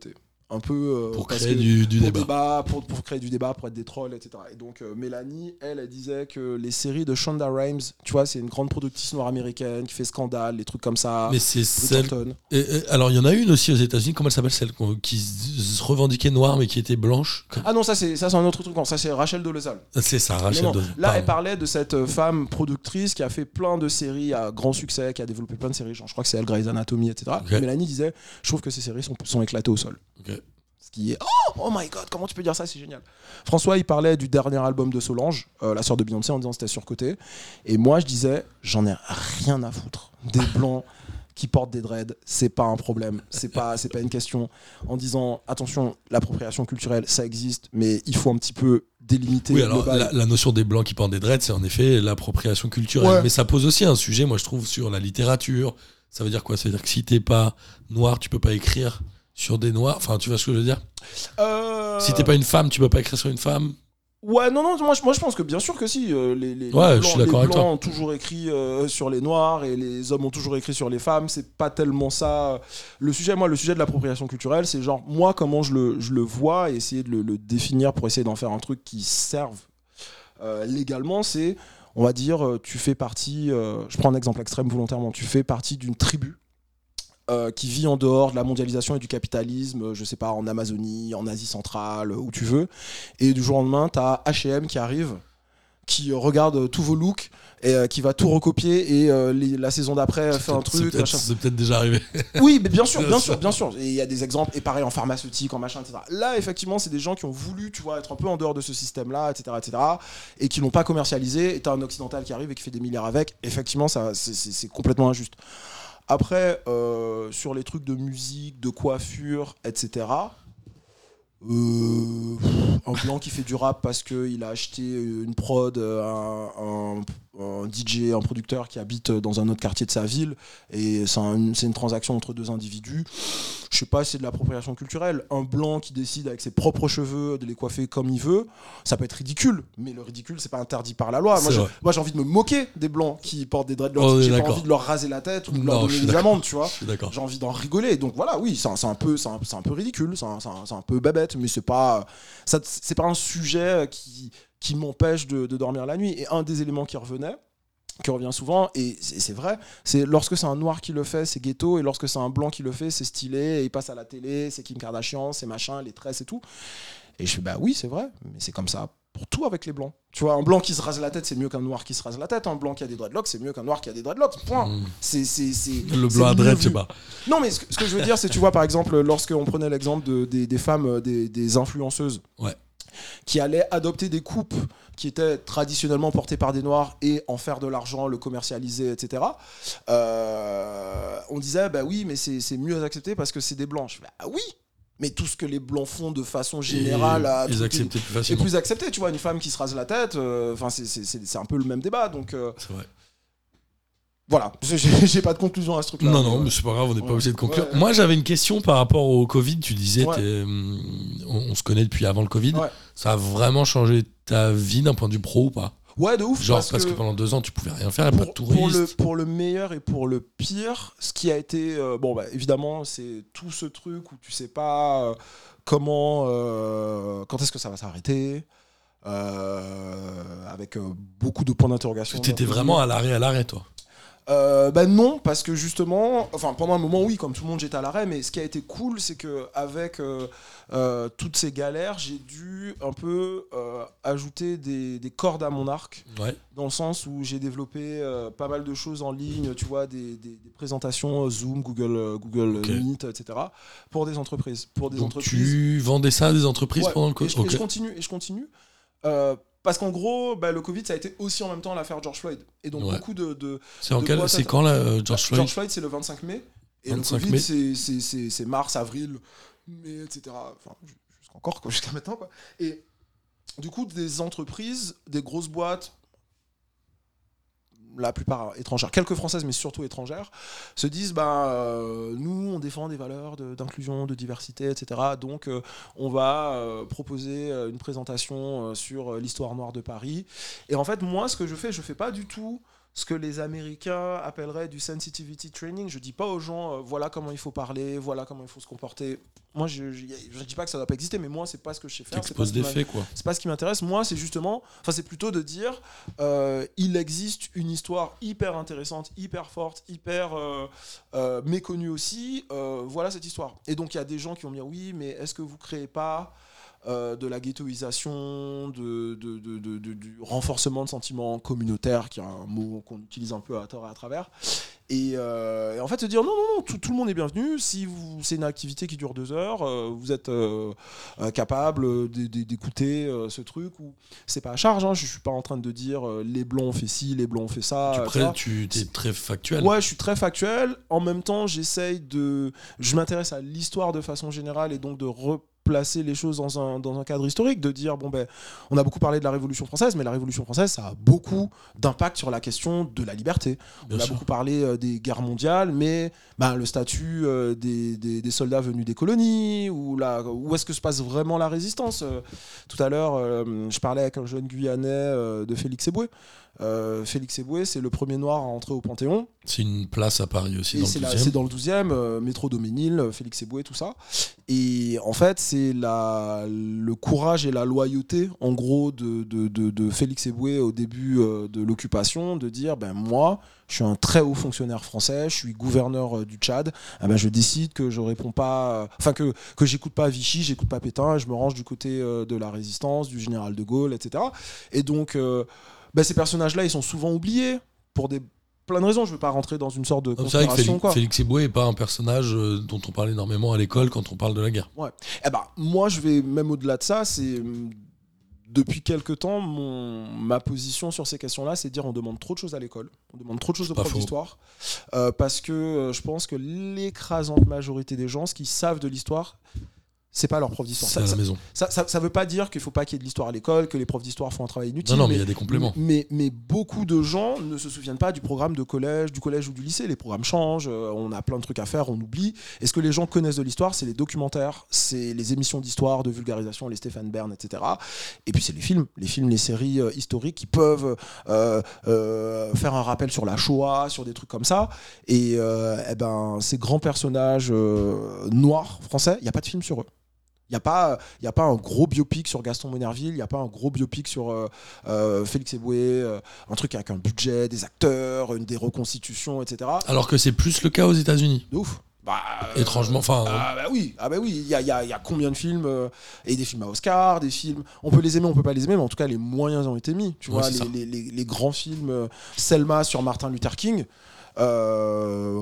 D: un peu euh,
A: pour
D: parce
A: créer
D: que-
A: du, du
D: pour
A: débat.
D: débat, pour, pour créer du débat, pour être des trolls, et cetera. Et donc euh, Mélanie, elle, elle disait que les séries de Shonda Rhimes, tu vois, c'est une grande productrice noire américaine qui fait scandale, les trucs comme ça.
A: Mais c'est celle.
D: Bridgerton.
A: Et- et- alors, il y en a une aussi aux États-Unis. Comment elle s'appelle, celle qu'on- qui se revendiquait noire mais qui était blanche?
D: Ah non, ça c'est ça c'est un autre truc. Non, ça c'est Rachel Dolezal.
A: C'est ça, Rachel
D: Non, non.
A: Dawson.
D: Là,
A: Pardon.
D: elle parlait de cette euh, femme productrice qui a fait plein de séries à grand succès, qui a développé plein de séries. Genre, je crois que c'est elle, Grey's Anatomy, et cetera.
A: Ok.
D: Mélanie disait, je trouve que ces séries sont, sont éclatées au sol.
A: Ok.
D: Ce qui est oh, oh my god, comment tu peux dire ça, c'est génial. François, il parlait du dernier album de Solange, euh, la sœur de Beyoncé, en disant que c'était surcoté. Et moi, je disais, j'en ai rien à foutre des blancs qui portent des dreads, c'est pas un problème, c'est pas c'est pas une question. En disant attention, l'appropriation culturelle, ça existe, mais il faut un petit peu délimiter
A: Oui,
D: le
A: alors
D: bail.
A: la, la notion des blancs qui portent des dreads, c'est en effet l'appropriation culturelle.
D: Ouais.
A: Mais ça pose aussi un sujet, moi je trouve, sur la littérature. Ça veut dire quoi? Ça veut dire que si t'es pas noir, tu peux pas écrire sur des noirs. Enfin, tu vois ce que je veux dire?
D: Euh,
A: Si t'es pas une femme, tu peux pas écrire sur une femme.
D: Ouais, non, non, moi je, moi je pense que bien sûr que si. euh, les, les,
A: Ouais,
D: les
A: je
D: blancs,
A: suis d'accord
D: les
A: avec
D: blancs
A: toi.
D: ont toujours écrit euh, sur les noirs et les hommes ont toujours écrit sur les femmes. C'est pas tellement ça. euh, Le sujet, moi, le sujet de l'appropriation culturelle, c'est genre, moi, comment je le, je le vois et essayer de le, le définir pour essayer d'en faire un truc qui serve euh, légalement, c'est, on va dire, euh, tu fais partie, euh, je prends un exemple extrême volontairement, tu fais partie d'une tribu. euh, qui vit en dehors de la mondialisation et du capitalisme, euh, je sais pas, en Amazonie, en Asie centrale, euh, où tu veux. Et du jour au lendemain, t'as H et M qui arrive, qui euh, regarde euh, tous vos looks et euh, qui va tout recopier et euh, les- la saison d'après euh, fait un
A: C'est
D: truc.
A: peut-être
D: machin.
A: c'est peut-être déjà arrivé.
D: Oui, mais bien sûr,
A: Bien
D: bien
A: sûr.
D: sûr, bien sûr. Et il y a des exemples, et pareil en pharmaceutique, en machin, et cetera. Là, effectivement, c'est des gens qui ont voulu, tu vois, être un peu en dehors de ce système-là, et cetera, et cetera, et qui l'ont pas commercialisé. Et t'as un occidental qui arrive et qui fait des milliards avec. Effectivement, ça, c'est- c'est c'est complètement injuste. Après, euh, sur les trucs de musique, de coiffure, et cetera. Euh, un blanc qui fait du rap parce qu'il a acheté une prod, euh, un, un- un D J, un producteur qui habite dans un autre quartier de sa ville, et c'est un- c'est une transaction entre deux individus. Je sais pas, c'est de l'appropriation culturelle. Un blanc qui décide avec ses propres cheveux de les coiffer comme il veut, ça peut être ridicule, mais le ridicule, c'est pas interdit par la loi. Moi,
A: C'est
D: je-
A: vrai.
D: moi, j'ai envie de me moquer des blancs qui portent des dreadlocks.
A: On est
D: J'ai pas
A: d'accord.
D: envie de leur raser la tête ou de
A: Non,
D: leur
A: je
D: donner
A: suis
D: des
A: d'accord.
D: amendes, tu vois.
A: Je suis d'accord.
D: J'ai envie d'en rigoler. Donc voilà, oui, c'est un, c'est un peu, c'est un, c'est un peu ridicule, c'est un, c'est un- c'est un peu babette, mais c'est pas, ça, c'est pas un sujet qui, qui m'empêche de, de dormir la nuit. Et un des éléments qui revenait, qui revient souvent, et c'est c'est vrai, c'est lorsque c'est un noir qui le fait, c'est ghetto, et lorsque c'est un blanc qui le fait, c'est stylé, et il passe à la télé, c'est Kim Kardashian, c'est machin, les tresses et tout. Et je fais, bah oui, c'est vrai, mais c'est comme ça pour tout avec les blancs. Tu vois, un blanc qui se rase la tête, c'est mieux qu'un noir qui se rase la tête. Un blanc qui a des dreadlocks, c'est mieux qu'un noir qui a des dreadlocks. Point.
A: Mm.
D: C'est, c'est, c'est,
A: Le
D: c'est
A: blanc à
D: mieux
A: dread, je sais
D: vu.
A: pas.
D: Non, mais ce que, ce que je veux dire, c'est, tu vois, par exemple, lorsqu'on prenait l'exemple de, des, des femmes, euh, des, des influenceuses,
A: Ouais.
D: qui allaient adopter des coupes qui étaient traditionnellement portées par des noirs et en faire de l'argent, le commercialiser, et cetera. Euh, on disait, bah oui, mais c'est, c'est mieux accepté parce que c'est des blancs. Je fais, bah oui, mais tout ce que les blancs font de façon générale, à
A: Et ils
D: tout-
A: acceptaient plus
D: est
A: facilement.
D: plus accepté. Tu vois, une femme qui se rase la tête, euh, enfin, c'est, c'est, c'est, c'est un peu le même débat. Donc euh,
A: C'est vrai.
D: voilà, j'ai, j'ai pas de conclusion à ce truc-là.
A: Non, non,
D: mais,
A: mais c'est pas grave, on n'est pas
D: ouais.
A: obligé de conclure.
D: Ouais, ouais.
A: Moi, j'avais une question par rapport au Covid. Tu disais,
D: Ouais.
A: t'es, hum, on, on se connaît depuis avant le Covid.
D: Ouais.
A: Ça a vraiment changé ta vie d'un point de vue pro ou pas?
D: Ouais, de ouf.
A: Genre,
D: parce,
A: parce que...
D: que
A: pendant deux ans, tu pouvais rien faire, il n'y a pas de
D: pour, pour, le,
A: touristes.
D: pour le meilleur et pour le pire, ce qui a été. euh, bon, bah, évidemment, c'est tout ce truc où tu sais pas euh, comment. euh, quand est-ce que ça va s'arrêter, euh, avec euh, beaucoup de points d'interrogation.
A: Tu étais vraiment à l'arrêt, à l'arrêt, toi.
D: Euh, bah non, parce que justement, enfin pendant un moment oui, comme tout le monde j'étais à l'arrêt, mais ce qui a été cool, c'est que avec euh, euh, toutes ces galères, j'ai dû un peu euh, ajouter des, des cordes à mon arc,
A: Ouais.
D: dans le sens où j'ai développé euh, pas mal de choses en ligne, tu vois, des, des, des présentations euh, Zoom, Google, euh, Google
A: Ok.
D: Meet, et cetera, pour des entreprises, pour des
A: Donc,
D: entreprises.
A: tu vendais ça à des entreprises
D: Ouais,
A: pendant le
D: et
A: Covid?
D: je, et
A: Ok.
D: je continue, et je continue. Euh, parce qu'en gros, bah, le Covid, ça a été aussi en même temps l'affaire George Floyd. Et donc
A: Ouais.
D: beaucoup de, de,
A: C'est en
D: de
A: quel...
D: quoi
A: C'est
D: ça-
A: quand, là, euh, George Floyd?
D: George Floyd, c'est le vingt-cinq mai. Et
A: vingt-cinq
D: le Covid,
A: mai.
D: c'est- c'est- c'est c'est mars, avril, mai, et cetera. Enfin, ju- jusqu'encore, quoi, jusqu'à maintenant. Quoi. Et du coup, des entreprises, des grosses boîtes, la plupart étrangères, quelques françaises, mais surtout étrangères, se disent bah, euh, nous, on défend des valeurs de- d'inclusion, de, diversité, et cetera. Donc, euh, on va euh, proposer euh, une présentation euh, sur euh, l'histoire noire de Paris. Et en fait, moi, ce que je fais, je fais pas du tout ce que les Américains appelleraient du sensitivity training. Je dis pas aux gens, euh, voilà comment il faut parler, voilà comment il faut se comporter. Moi, je, je, je dis pas que ça doit pas exister, mais moi, c'est pas ce que je sais faire. C'est pas,
A: des faits, quoi.
D: C'est pas ce qui m'intéresse. Moi, c'est justement, enfin, c'est plutôt de dire, euh, il existe une histoire hyper intéressante, hyper forte, hyper euh, euh, méconnue aussi. Euh, voilà cette histoire. Et donc, il y a des gens qui vont me dire, oui, mais est-ce que vous créez pas Euh, de la ghettoisation, de, de, de, de, de, du renforcement de sentiments communautaires, qui est un mot qu'on utilise un peu à tort et à travers. Et, euh, et en fait, se dire non, non, non, tout, tout le monde est bienvenu. Si vous, c'est une activité qui dure deux heures, euh, vous êtes euh, euh, capable d'écouter euh, ce truc. Ou c'est pas à charge. Hein, je suis pas en train de dire euh, les blancs ont fait ci, les blancs ont fait ça.
A: Tu, pré- tu es très factuel.
D: Ouais, je suis très factuel. En même temps, j'essaye de. Je m'intéresse à l'histoire de façon générale et donc de re placer les choses dans un, dans un cadre historique, de dire, bon ben, on a beaucoup parlé de la Révolution française, mais la Révolution française, ça a beaucoup d'impact sur la question de la liberté. Bien on sûr. a beaucoup parlé euh, des guerres mondiales, mais ben, le statut euh, des, des, des soldats venus des colonies, ou la, où est-ce que se passe vraiment la résistance euh, Tout à l'heure, euh, je parlais avec un jeune Guyanais euh, de Félix Éboué. Euh, Félix Éboué, c'est le premier noir à entrer au Panthéon.
A: C'est une place à Paris aussi, et dans
D: c'est
A: le douzième.
D: La, c'est dans le douzième, euh, métro Doménil, Félix Éboué, tout ça. Et en fait, c'est la, le courage et la loyauté, en gros, de, de, de, de Félix Éboué au début euh, de l'occupation, de dire, ben moi, je suis un très haut fonctionnaire français, je suis gouverneur euh, du Tchad, eh ben, je décide que je réponds pas, enfin euh, que, que j'écoute pas Vichy, j'écoute pas Pétain, et je me range du côté euh, de la résistance, du général de Gaulle, et cetera. Et donc, euh, ben, ces personnages-là, ils sont souvent oubliés pour des plein de raisons. Je ne veux pas rentrer dans une sorte de conspiration.
A: C'est vrai que Félix, quoi. Félix Éboué n'est pas un personnage euh, dont on parle énormément à l'école quand on parle de la guerre.
D: Ouais. Eh ben, moi, je vais même au-delà de ça. C'est depuis quelque temps, mon, ma position sur ces questions-là, c'est de dire on demande trop de choses à l'école, on demande trop de choses aux profs d'histoire, euh, parce que euh, je pense que l'écrasante majorité des gens, ce qu'ils savent de l'histoire, c'est pas leur prof d'histoire.
A: C'est
D: ça,
A: à la
D: ça,
A: maison.
D: Ça, ça, ça veut pas dire qu'il faut pas qu'il y ait de l'histoire à l'école, que les profs d'histoire font un travail inutile.
A: Non, non, mais il y a des compléments.
D: Mais, mais beaucoup de gens ne se souviennent pas du programme de collège, du collège ou du lycée. Les programmes changent, euh, on a plein de trucs à faire, on oublie. Et ce que les gens connaissent de l'histoire, c'est les documentaires, c'est les émissions d'histoire, de vulgarisation, les Stéphane Bern, et cetera. Et puis c'est les films, les films, les séries euh, historiques qui peuvent euh, euh, faire un rappel sur la Shoah, sur des trucs comme ça. Et euh, eh ben, ces grands personnages euh, noirs français, il n'y a pas de film sur eux. Il n'y a pas, il y a pas un gros biopic sur Gaston Monnerville, il n'y a pas un gros biopic sur euh, euh, Félix Éboué, euh, un truc avec un budget, des acteurs, une, des reconstitutions, et cetera.
A: Alors que c'est plus le cas aux États-Unis.
D: De ouf. Bah,
A: étrangement, enfin.
D: Euh, ah bah oui, ah bah oui, il y a, y, a, y a combien de films euh, et des films à Oscar, des films. On peut les aimer, on peut pas les aimer, mais en tout cas les moyens ont été mis. Tu
A: ouais,
D: vois, les, les, les, les grands films, euh, Selma sur Martin Luther King. Euh,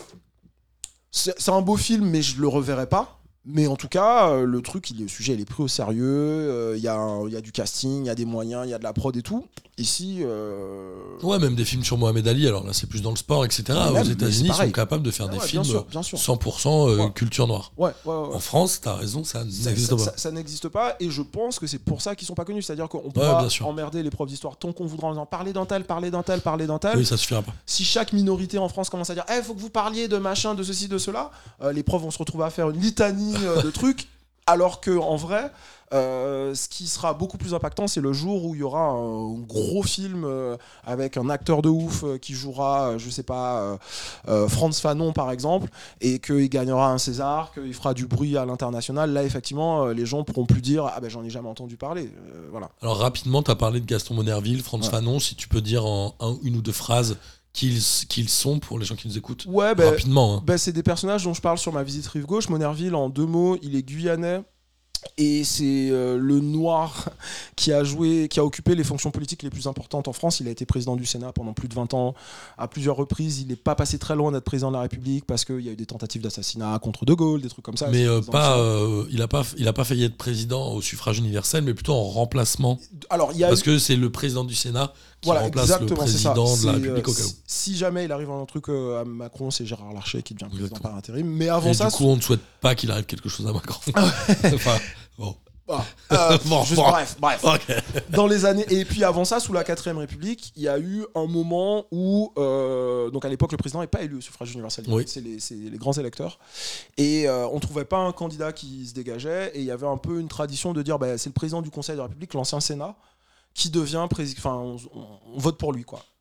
D: c'est, c'est un beau film, mais je le reverrai pas. Mais en tout cas, euh, le truc, il, le sujet, il est pris au sérieux. Il euh, y, y a du casting, il y a des moyens, il y a de la prod et tout. Ici. Euh...
A: Ouais, même des films sur Mohamed Ali. Alors là, c'est plus dans le sport, et cetera. Aux États-Unis, ils sont capables de faire ah, des ouais, films bien sûr, bien sûr. cent pour cent euh, ouais. culture noire.
D: Ouais, ouais, ouais, ouais.
A: En France, t'as raison, ça n'existe
D: ça,
A: pas.
D: Ça, ça n'existe pas, et je pense que c'est pour ça qu'ils sont pas connus. C'est-à-dire qu'on pourra
A: ouais,
D: emmerder les profs d'histoire tant qu'on voudra en disant parler d'un tel, parler d'un tel, parler d'un tel.
A: Oui, ça suffira pas.
D: Si chaque minorité en France commence à dire, il hey, faut que vous parliez de machin, de ceci, de cela, euh, les profs vont se retrouver à faire une litanie euh, de trucs. Alors que en vrai, euh, ce qui sera beaucoup plus impactant, c'est le jour où il y aura un gros film euh, avec un acteur de ouf euh, qui jouera, euh, je sais pas, euh, euh, Frantz Fanon par exemple, et qu'il gagnera un César, qu'il fera du bruit à l'international. Là, effectivement, euh, les gens pourront plus dire ah ben j'en ai jamais entendu parler. Euh, voilà.
A: Alors rapidement, tu as parlé de Gaston Monnerville, Frantz ouais. Fanon. Si tu peux dire en un, une ou deux phrases. Qu'ils, qu'ils sont pour les gens qui nous écoutent
D: ouais, bah,
A: rapidement. Hein.
D: Bah, c'est des personnages dont je parle sur ma visite Rive Gauche. Monnerville, en deux mots, il est guyanais. Et c'est euh, le noir qui a joué, qui a occupé les fonctions politiques les plus importantes en France. Il a été président du Sénat pendant plus de vingt ans. À plusieurs reprises, il n'est pas passé très loin d'être président de la République parce qu'il y a eu des tentatives d'assassinat contre De Gaulle, des trucs comme ça.
A: Mais euh, pas, euh, il n'a pas, il a pas failli être président au suffrage universel, mais plutôt en remplacement.
D: Alors, il y a
A: parce
D: eu...
A: que c'est le président du Sénat qui
D: voilà,
A: remplace le président de la République
D: euh,
A: au cas où.
D: Si, si jamais il arrive un truc euh, à Macron, c'est Gérard Larcher qui devient président exactement. Par intérim. Mais avant
A: Et
D: ça,
A: du coup, on ne souhaite pas qu'il arrive quelque chose à Macron. Enfin, bon.
D: Ah, euh, bon, juste, bon. Bref, bref.
A: Okay.
D: Dans les années et puis avant ça, sous la quatrième République, il y a eu un moment où euh, donc à l'époque le président n'est pas élu au suffrage universel,
A: oui.
D: c'est, les, c'est les grands électeurs et euh, on trouvait pas un candidat qui se dégageait et il y avait un peu une tradition de dire bah, c'est le président du Conseil de la République, l'ancien Sénat, qui devient président. Enfin, on, on, on vote pour lui quoi.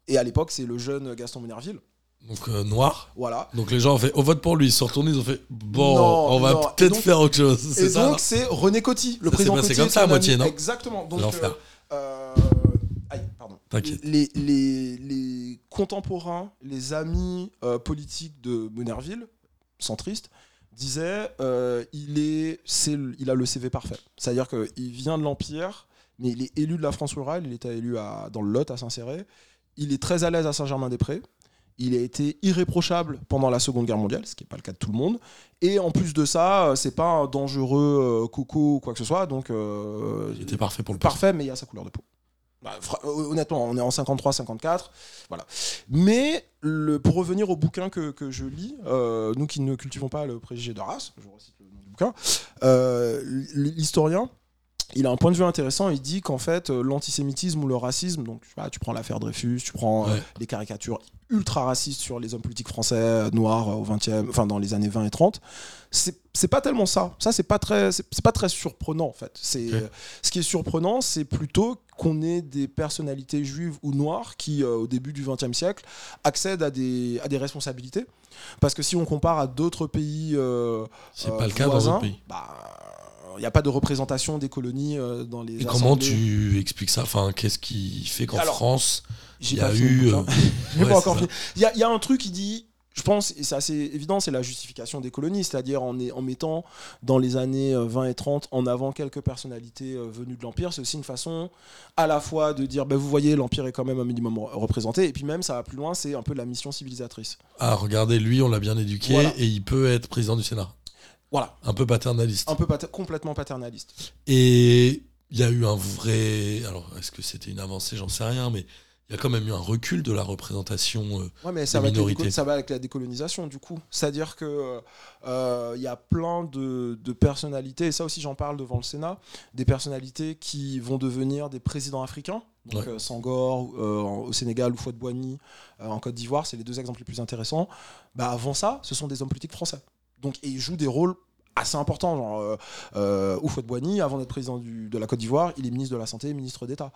D: Et à l'époque, c'est le jeune Gaston Monnerville.
A: Donc euh, noir.
D: Voilà.
A: Donc les gens ont fait au vote pour lui, ils sont retournés, ils ont fait bon,
D: Non,
A: on va
D: non.
A: peut-être
D: donc,
A: faire autre chose. C'est
D: et
A: ça,
D: donc
A: là
D: c'est René Coty, le
A: ça
D: président
A: s'est
D: Coty.
A: passé comme ça à moitié, non?
D: Exactement. Donc
A: L'enfer.
D: euh, aïe, pardon.
A: T'inquiète.
D: Les, les, les contemporains, les amis euh, politiques de Monnerville, centristes, disaient euh, il est, c'est, il a le C V parfait. C'est-à-dire qu'il vient de l'Empire, mais il est élu de la France rurale. Il était élu à, dans le Lot, à Saint-Céré. Il est très à l'aise à Saint-Germain-des-Prés. Il a été irréprochable pendant la Seconde Guerre mondiale, ce qui n'est pas le cas de tout le monde. Et en plus de ça, c'est pas un dangereux euh, coco ou quoi que ce soit. Donc, euh,
A: il était parfait pour le
D: parfait, mais il y a sa couleur de peau. Bah, fra- honnêtement, on est en cinquante-trois cinquantaire. Voilà. Mais le, pour revenir au bouquin que, que je lis, euh, nous qui ne cultivons pas le préjugé de race, je recite le nom du bouquin, euh, l'historien, il a un point de vue intéressant. Il dit qu'en fait, euh, l'antisémitisme ou le racisme, donc tu, vois, tu prends l'affaire Dreyfus, tu prends euh,
A: Ouais.
D: les caricatures ultra racistes sur les hommes politiques français euh, noirs euh, au vingtième, enfin dans les années vingt et trente, c'est, c'est pas tellement ça. Ça, c'est pas très, c'est, c'est pas très surprenant en fait. C'est,
A: Okay.
D: euh, ce qui est surprenant, c'est plutôt qu'on ait des personnalités juives ou noires qui, euh, au début du vingtième siècle, accèdent à des, à des responsabilités. Parce que si on compare à d'autres pays euh,
A: C'est
D: euh,
A: pas le cas dans
D: voisins,
A: d'autres pays.
D: bah, il n'y a pas de représentation des colonies euh, dans les
A: Et comment
D: assemblées.
A: tu expliques ça? Enfin, qu'est-ce qui fait qu'en
D: Alors,
A: France,
D: J'ai
A: il y a
D: pas fini
A: eu.
D: le bouquin.
A: euh,
D: J'ai
A: ouais,
D: pas encore
A: c'est
D: fini. Il y a, il y a un truc qui dit, je pense, et c'est assez évident, c'est la justification des colonies, c'est-à-dire en, est- en mettant dans les années euh, vingt et trente en avant quelques personnalités euh, venues de l'Empire. C'est aussi une façon à la fois de dire, ben, vous voyez, l'Empire est quand même un minimum re- représenté, et puis même, ça va plus loin, c'est un peu la mission civilisatrice.
A: Ah, regardez, lui, on l'a bien éduqué
D: Voilà.
A: et il peut être président du Sénat.
D: Voilà,
A: Un peu paternaliste.
D: un peu pater- complètement paternaliste.
A: Et il y a eu un vrai. Alors, est-ce que c'était une avancée? J'en sais rien, mais il y a quand même eu un recul de la représentation. euh,
D: Ouais, mais ça
A: Des
D: va, avec les
A: minorités.
D: déco- ça va avec la décolonisation, du coup. C'est-à-dire que euh, il y a plein de, de personnalités, et ça aussi j'en parle devant le Sénat, des personnalités qui vont devenir des présidents africains. Donc
A: Ouais.
D: euh, Senghor euh, en- au Sénégal ou Houphouët-Boigny euh, en Côte d'Ivoire, c'est les deux exemples les plus intéressants. Bah, avant ça, ce sont des hommes politiques français. Donc, et ils jouent des rôles assez importants. Genre, euh, euh, Houphouët-Boigny, avant d'être président du- de la Côte d'Ivoire, il est ministre de la Santé, ministre d'État.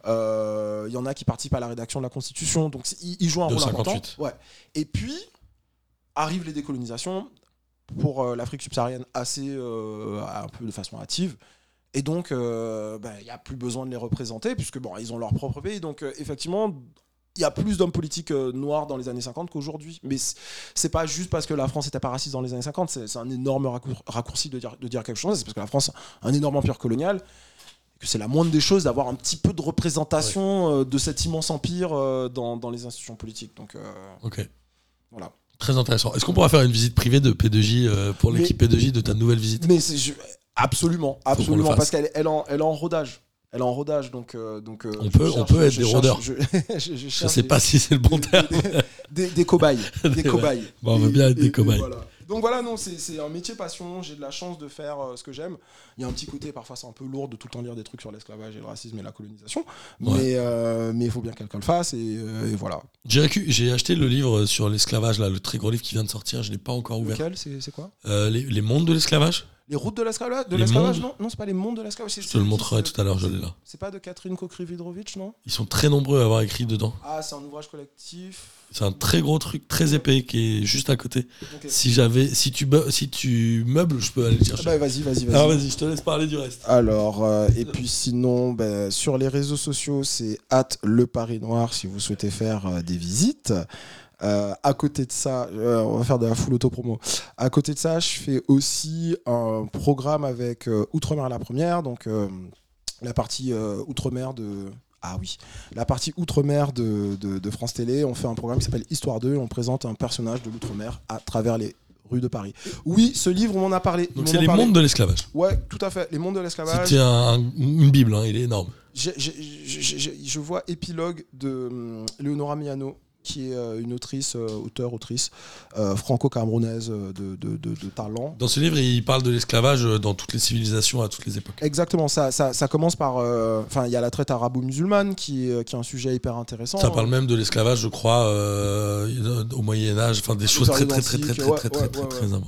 D: Euh, Il y en a qui participent à la rédaction de la Constitution. Donc, c'est- ils, ils jouent un
A: De
D: rôle
A: cinquante-huit.
D: important. Ouais. Et puis, arrivent les décolonisations pour euh, l'Afrique subsaharienne assez, euh, un peu de façon hâtive. Et donc, il euh, n'y a plus besoin de les représenter, puisque bon, ils ont leur propre pays. Donc, euh, effectivement, il y a plus d'hommes politiques euh, noirs dans les années cinquante qu'aujourd'hui. Mais c- c'est pas juste parce que la France n'était pas raciste dans les années cinquante, c'est, c'est un énorme raccour- raccourci de dire, de dire quelque chose. C'est parce que la France a un énorme empire colonial, et que c'est la moindre des choses d'avoir un petit peu de représentation euh, de cet immense empire euh, dans, dans les institutions politiques. Donc, euh,
A: Ok.
D: voilà.
A: Très intéressant. Est-ce qu'on pourra faire une visite privée de P deux J euh, pour
D: Mais-
A: l'équipe P deux J de ta nouvelle visite?
D: Mais c'est, je- absolument,
A: qu'on le
D: absolument,
A: fasse.
D: parce qu'elle elle est en, elle est en rodage. Elle est en rodage, donc, euh, donc euh,
A: On
D: je
A: peut- on
D: cherche-
A: peut être
D: je
A: des
D: cherche-
A: rôdeurs.
D: Je, je, je
A: Je
D: cherche
A: sais
D: des-
A: pas si c'est le bon
D: des-
A: terme.
D: Des, des- des cobayes. Des
A: Ouais.
D: cobayes.
A: Bon, on veut
D: Et-
A: bien être
D: et-
A: des
D: et
A: cobayes.
D: voilà. Donc voilà, non, c'est, c'est un métier passion. J'ai de la chance de faire euh, ce que j'aime. Il y a un petit côté, parfois c'est un peu lourd de tout le temps lire des trucs sur l'esclavage et le racisme et la colonisation.
A: Ouais.
D: Mais euh, mais il faut bien que quelqu'un le fasse, et, euh, et voilà.
A: J'ai, accu- j'ai acheté le livre sur l'esclavage, là, le très gros livre qui vient de sortir. Je l'ai pas encore ouvert.
D: Lequel, c'est, c'est quoi
A: Euh, les, les mondes de l'esclavage.
D: Les routes de l'esclavage, de
A: Les
D: l'esclavage
A: mondes
D: non, non, c'est pas les mondes de l'esclavage. c'est-
A: Je te
D: c'est-
A: le
D: c'est-
A: montrerai
D: c'est-
A: tout à l'heure. Je l'ai là.
D: C'est pas de Catherine Kokrividrovitch, non?
A: Ils sont très nombreux à avoir écrit dedans.
D: Ah, c'est un ouvrage collectif.
A: C'est un très gros truc, très épais, qui est juste à côté.
D: Ok.
A: Si j'avais, si tu, me- si tu meubles, je peux aller le
D: Ah
A: chercher.
D: bah, vas-y, vas-y, vas-y.
A: Alors vas-y, je te laisse parler du reste.
D: Alors, euh, et puis sinon, ben, sur les réseaux sociaux, c'est at le Paris Noir si vous souhaitez faire euh, des visites. Euh, à côté de ça, euh, on va faire de la full auto-promo. À côté de ça, je fais aussi un programme avec euh, Outre-mer à la première, donc euh, la partie euh, Outre-mer de... Ah oui, la partie Outre-mer de, de, de France Télé. On fait un programme qui s'appelle Histoire deux, et on présente un personnage de l'Outre-mer à travers les rues de Paris. Oui, ce livre, on m'en a parlé. Ils
A: Donc
D: m'en
A: c'est
D: ont
A: les
D: parlé.
A: mondes de l'esclavage.
D: Ouais, tout à fait, les mondes de l'esclavage.
A: C'était un- une bible, hein, il est énorme.
D: J'ai- j'ai- j'ai- j'ai- je vois épilogue de hum, Leonora Miano, qui est euh, une autrice, euh, auteure, autrice euh, franco-camerounaise euh, de, de, de, de talent.
A: Dans ce livre, il parle de l'esclavage dans toutes les civilisations, à toutes les époques.
D: Exactement, ça, ça, ça commence par... euh, Enfin, il y a la traite arabo-musulmane qui est, qui est un sujet hyper intéressant.
A: Ça parle même de l'esclavage, je crois, euh, au Moyen-Âge, enfin des choses très, très, très, très, très,
D: Ouais,
A: très, très,
D: ouais,
A: très,
D: ouais,
A: très,
D: ouais.
A: avant.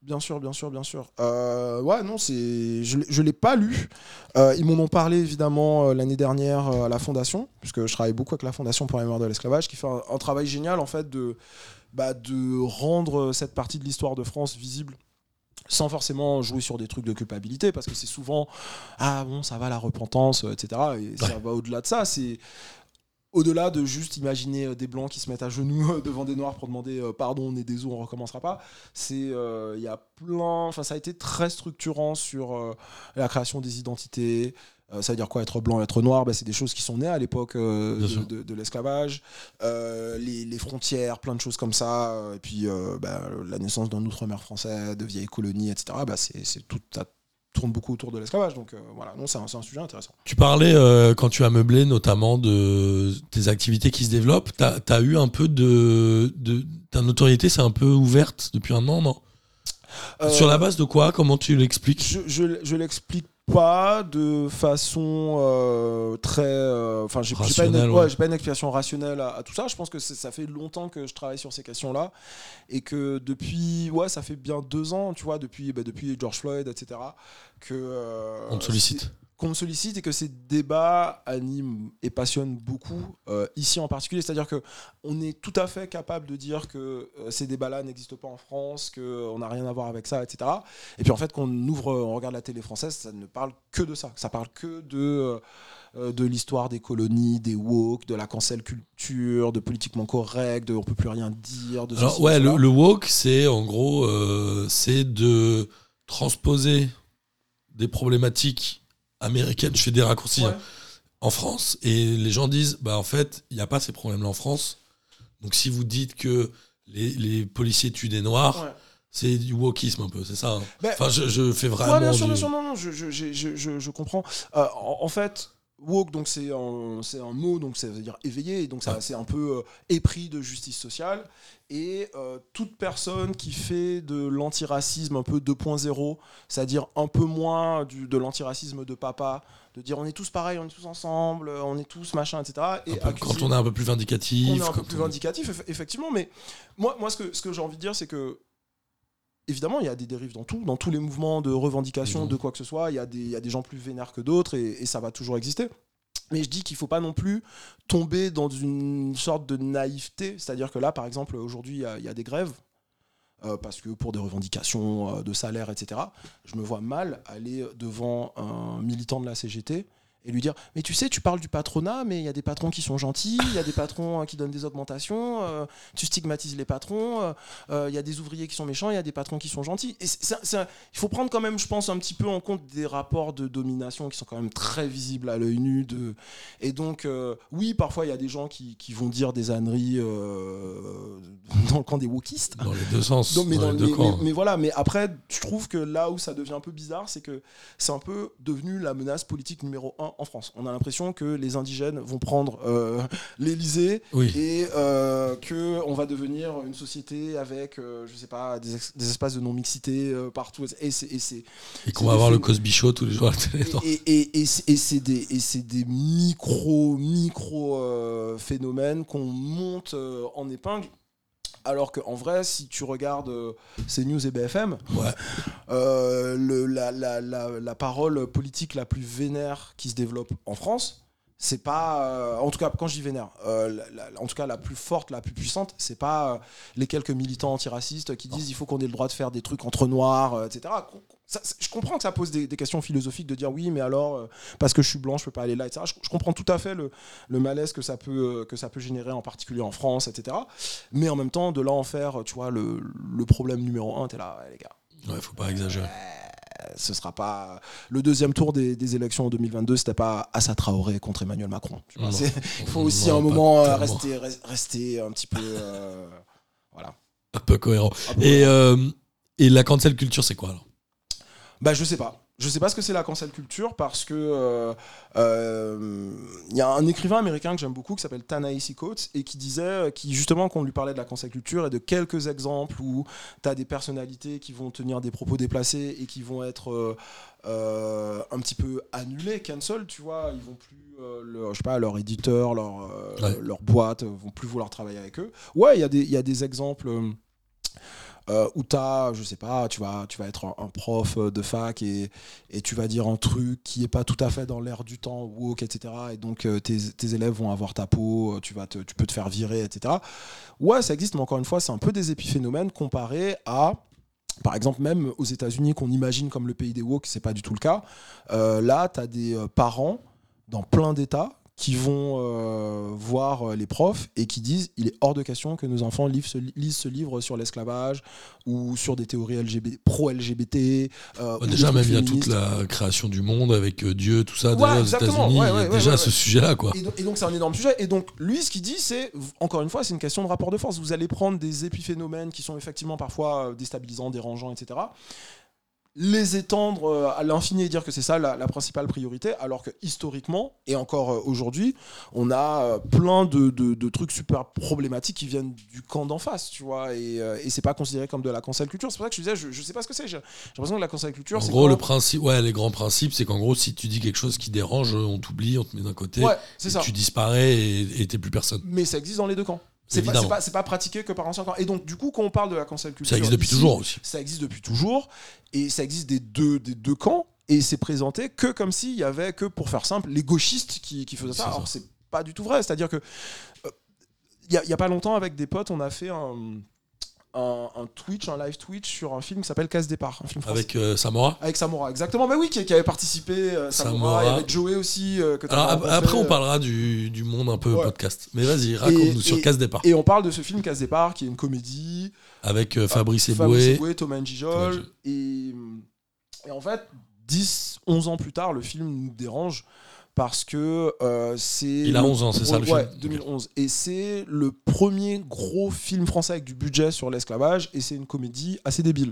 D: bien sûr, bien sûr, bien sûr. Euh, ouais, non, c'est, je, je l'ai pas lu. Euh, ils m'en ont parlé évidemment euh, l'année dernière euh, à la Fondation, puisque je travaille beaucoup avec la Fondation pour la mémoire de l'esclavage, qui fait un, un travail génial en fait de, bah, de rendre cette partie de l'histoire de France visible, sans forcément jouer sur des trucs de culpabilité, parce que c'est souvent ah bon, ça va la repentance, et cetera. Et ça
A: Ouais.
D: va au-delà de ça. C'est au-delà de juste imaginer des blancs qui se mettent à genoux devant des noirs pour demander euh, pardon, on est des os, on recommencera pas. C'est il euh, y a plein, enfin ça a été très structurant sur euh, la création des identités. Euh, ça veut dire quoi être blanc, être noir, bah, c'est des choses qui sont nées à l'époque euh, de, de, de l'esclavage. Euh, les, les frontières, plein de choses comme ça. Et puis euh, bah, la naissance d'un outre-mer français, de vieilles colonies, et cetera. Bah, c'est, c'est tout, ça tourne beaucoup autour de l'esclavage. Donc euh, voilà, non, c'est un, c'est un sujet intéressant.
A: Tu parlais, euh, quand tu as meublé, notamment de tes activités qui se développent. Tu as eu un peu de, de... Ta notoriété s'est un peu ouverte depuis un an, non euh, Sur la base de quoi? Comment tu l'expliques?
D: Je, je, je l'explique pas de façon euh, très enfin euh, j'ai, j'ai, ouais, ouais. j'ai pas une explication rationnelle à, à tout ça. Je pense que ça fait longtemps que je travaille sur ces questions là et que depuis ouais ça fait bien deux ans tu vois depuis bah, depuis George Floyd etc que euh,
A: on te sollicite
D: qu'on me sollicite et que ces débats animent et passionnent beaucoup euh, ici en particulier. C'est-à-dire qu'on est tout à fait capable de dire que euh, ces débats-là n'existent pas en France, qu'on n'a rien à voir avec ça, et cetera. Et puis en fait, qu'on ouvre, on regarde la télé française, ça ne parle que de ça. Ça parle que de, euh, de l'histoire des colonies, des woke, de la cancel culture, de politiquement correct, de on peut plus rien dire. De
A: Alors ouais, le, le woke, c'est en gros, euh, c'est de transposer des problématiques américaine, je fais des raccourcis ouais. hein, en France, et les gens disent bah en fait il n'y a pas ces problèmes là en France, donc si vous dites que les, les policiers tuent des noirs ouais. c'est du wokisme un peu, c'est ça hein. ben, enfin je, je fais vraiment
D: ouais, bien sûr,
A: du...
D: bien sûr, non, non, je, je, je, je, je comprends euh, en, en fait woke, donc c'est un, c'est un mot, donc ça veut dire éveillé, donc ça, ouais. c'est un peu euh, épris de justice sociale. Et euh, toute personne qui fait de l'antiracisme un peu deux point zéro, c'est-à-dire un peu moins du, de l'antiracisme de papa, de dire on est tous pareils, on est tous ensemble, on est tous machin, et cetera. Et
A: peu, quand on est un peu plus vindicatif.
D: On est un peu plus on... vindicatif, eff- effectivement. Mais moi, moi ce, que, ce que j'ai envie de dire, c'est que évidemment, il y a des dérives dans tout, dans tous les mouvements de revendication, mmh. de quoi que ce soit. Il y a des, il y a des gens plus vénères que d'autres et, et ça va toujours exister. Mais je dis qu'il ne faut pas non plus tomber dans une sorte de naïveté. C'est-à-dire que là, par exemple, aujourd'hui, il y a, il y a des grèves. Euh, parce que pour des revendications euh, de salaire, et cetera, je me vois mal aller devant un militant de la C G T et lui dire « Mais tu sais, tu parles du patronat, mais il y a des patrons qui sont gentils, il y a des patrons euh, qui donnent des augmentations, euh, tu stigmatises les patrons, il euh, euh, y a des ouvriers qui sont méchants, il y a des patrons qui sont gentils. » Et c'est, c'est, c'est, il faut prendre quand même, je pense, un petit peu en compte des rapports de domination qui sont quand même très visibles à l'œil nu. De... Et donc, euh, oui, parfois, il y a des gens qui, qui vont dire des âneries euh, dans le camp des wokistes.
A: Dans les deux sens.
D: Donc, mais,
A: dans
D: dans,
A: les deux
D: mais,
A: camps.
D: mais, mais voilà, mais après, je trouve que là où ça devient un peu bizarre, c'est que c'est un peu devenu la menace politique numéro un en France. On a l'impression que les indigènes vont prendre euh, l'Élysée
A: oui.
D: et euh, qu'on va devenir une société avec, euh, je sais pas, des, ex- des espaces de non-mixité euh, partout. Et, c'est, et, c'est,
A: et qu'on va avoir le Cosby Show tous les jours à la télé.
D: Et, et, et, et, c'est, et, c'est des, et c'est des micro, micro euh, phénomènes qu'on monte euh, en épingle. Alors qu'en vrai, si tu regardes euh, CNews et B F M,
A: ouais.
D: euh, le, la, la, la, la parole politique la plus vénère qui se développe en France, c'est pas, euh, en tout cas quand je dis vénère, euh, la, la, en tout cas la plus forte, la plus puissante, c'est pas euh, les quelques militants antiracistes qui disent il faut qu'on ait le droit de faire des trucs entre noirs, euh, et cetera. Ça, je comprends que ça pose des, des questions philosophiques de dire oui mais alors euh, parce que je suis blanc je peux pas aller là, et cetera. Je, je comprends tout à fait le, le malaise que ça peut euh, que ça peut générer en particulier en France, et cetera. Mais en même temps de là en faire tu vois le, le problème numéro un, t'es là ouais, les gars.
A: Ouais, faut pas exagérer.
D: Euh, ce sera pas le deuxième tour des, des élections en deux mille vingt-deux, c'était pas Assa Traoré contre Emmanuel Macron. Tu vois, il faut aussi non, un moment euh, rester rester un petit peu euh, voilà.
A: Un peu cohérent. Un peu et cohérent. Euh, et la cancel culture c'est quoi alors?
D: Bah je sais pas. Je sais pas ce que c'est la cancel culture parce que euh, euh, y a un écrivain américain que j'aime beaucoup qui s'appelle Ta-Nehisi Coates et qui disait, qui justement qu'on lui parlait de la cancel culture et de quelques exemples où t'as des personnalités qui vont tenir des propos déplacés et qui vont être euh, euh, un petit peu annulés, cancel, tu vois, ils vont plus, euh, leur, je sais pas, leur éditeur, leur, euh, ouais. leur boîte vont plus vouloir travailler avec eux. Ouais, il y a des, il y a des exemples. Euh, euh, où t'as, je sais pas, tu vas, tu vas être un, un prof de fac et, et tu vas dire un truc qui est pas tout à fait dans l'air du temps, woke, et cetera. Et donc euh, tes, tes élèves vont avoir ta peau, tu, vas te, tu peux te faire virer, et cetera. Ouais, ça existe, mais encore une fois, c'est un peu des épiphénomènes comparés à... Par exemple, même aux États-Unis, qu'on imagine comme le pays des woke, c'est pas du tout le cas. Euh, là, tu as des euh, parents dans plein d'États qui vont euh, voir les profs et qui disent il est hors de question que nos enfants lisent ce, lisent ce livre sur l'esclavage ou sur des théories L G B T, pro-L G B T. Euh,
A: ouais, déjà, même il y a toute la création du monde avec euh, Dieu, tout ça.
D: Ouais,
A: déjà aux
D: exactement.
A: États-Unis,
D: Ouais,
A: il y a
D: ouais,
A: déjà
D: ouais,
A: ce
D: ouais.
A: sujet-là, quoi.
D: Et donc, et donc c'est un énorme sujet. Et donc lui, ce qu'il dit, c'est encore une fois, c'est une question de rapport de force. Vous allez prendre des épiphénomènes qui sont effectivement parfois déstabilisants, dérangeants, et cetera, les étendre à l'infini et dire que c'est ça la, la principale priorité, alors que historiquement, et encore aujourd'hui, on a plein de, de, de trucs super problématiques qui viennent du camp d'en face, tu vois, et, et c'est pas considéré comme de la cancel culture. C'est pour ça que je disais, je, je sais pas ce que c'est, j'ai, j'ai l'impression que la cancel culture,
A: en
D: c'est
A: gros,
D: quand...
A: le principe, ouais, les grands principes, c'est qu'en gros, si tu dis quelque chose qui dérange, on t'oublie, on te met d'un côté,
D: ouais, c'est ça.
A: tu disparais et, et t'es plus personne.
D: Mais ça existe dans les deux camps. C'est pas, c'est, pas, c'est pas pratiqué que par ancien camp. Et donc, du coup, quand on parle de la cancel culture...
A: Ça existe depuis
D: ici,
A: toujours aussi.
D: Ça existe depuis toujours. Et ça existe des deux, des deux camps. Et c'est présenté que comme s'il y avait que, pour faire simple, les gauchistes qui, qui faisaient ça.
A: C'est
D: Alors,
A: ça.
D: c'est pas du tout vrai. C'est-à-dire que... Il euh, y, y a pas longtemps, avec des potes, on a fait un... Un, un Twitch, un live Twitch sur un film qui s'appelle Casse Départ, un film français.
A: Avec euh, Samora.
D: Avec Samora, exactement. Mais oui, qui, qui avait participé. Euh, Samora,
A: Samora.
D: il y avait Joey aussi. Euh, que
A: Alors
D: rencontré.
A: après, on parlera du, du monde un peu
D: Ouais.
A: podcast. Mais vas-y, raconte-nous
D: Et-
A: sur
D: et-
A: Casse Départ.
D: Et on parle de ce film Casse Départ, qui est une comédie.
A: Avec euh, Fabrice
D: Fabrice
A: Eboué.
D: Eboué, Thomas Njijol.
A: Thomas
D: Et, et en fait, dix, onze ans plus tard, le film nous dérange parce que euh, c'est...
A: Il a
D: le-
A: onze ans, c'est ça le
D: ouais,
A: film
D: deux mille onze. Et c'est le premier gros film français avec du budget sur l'esclavage, et c'est une comédie assez débile.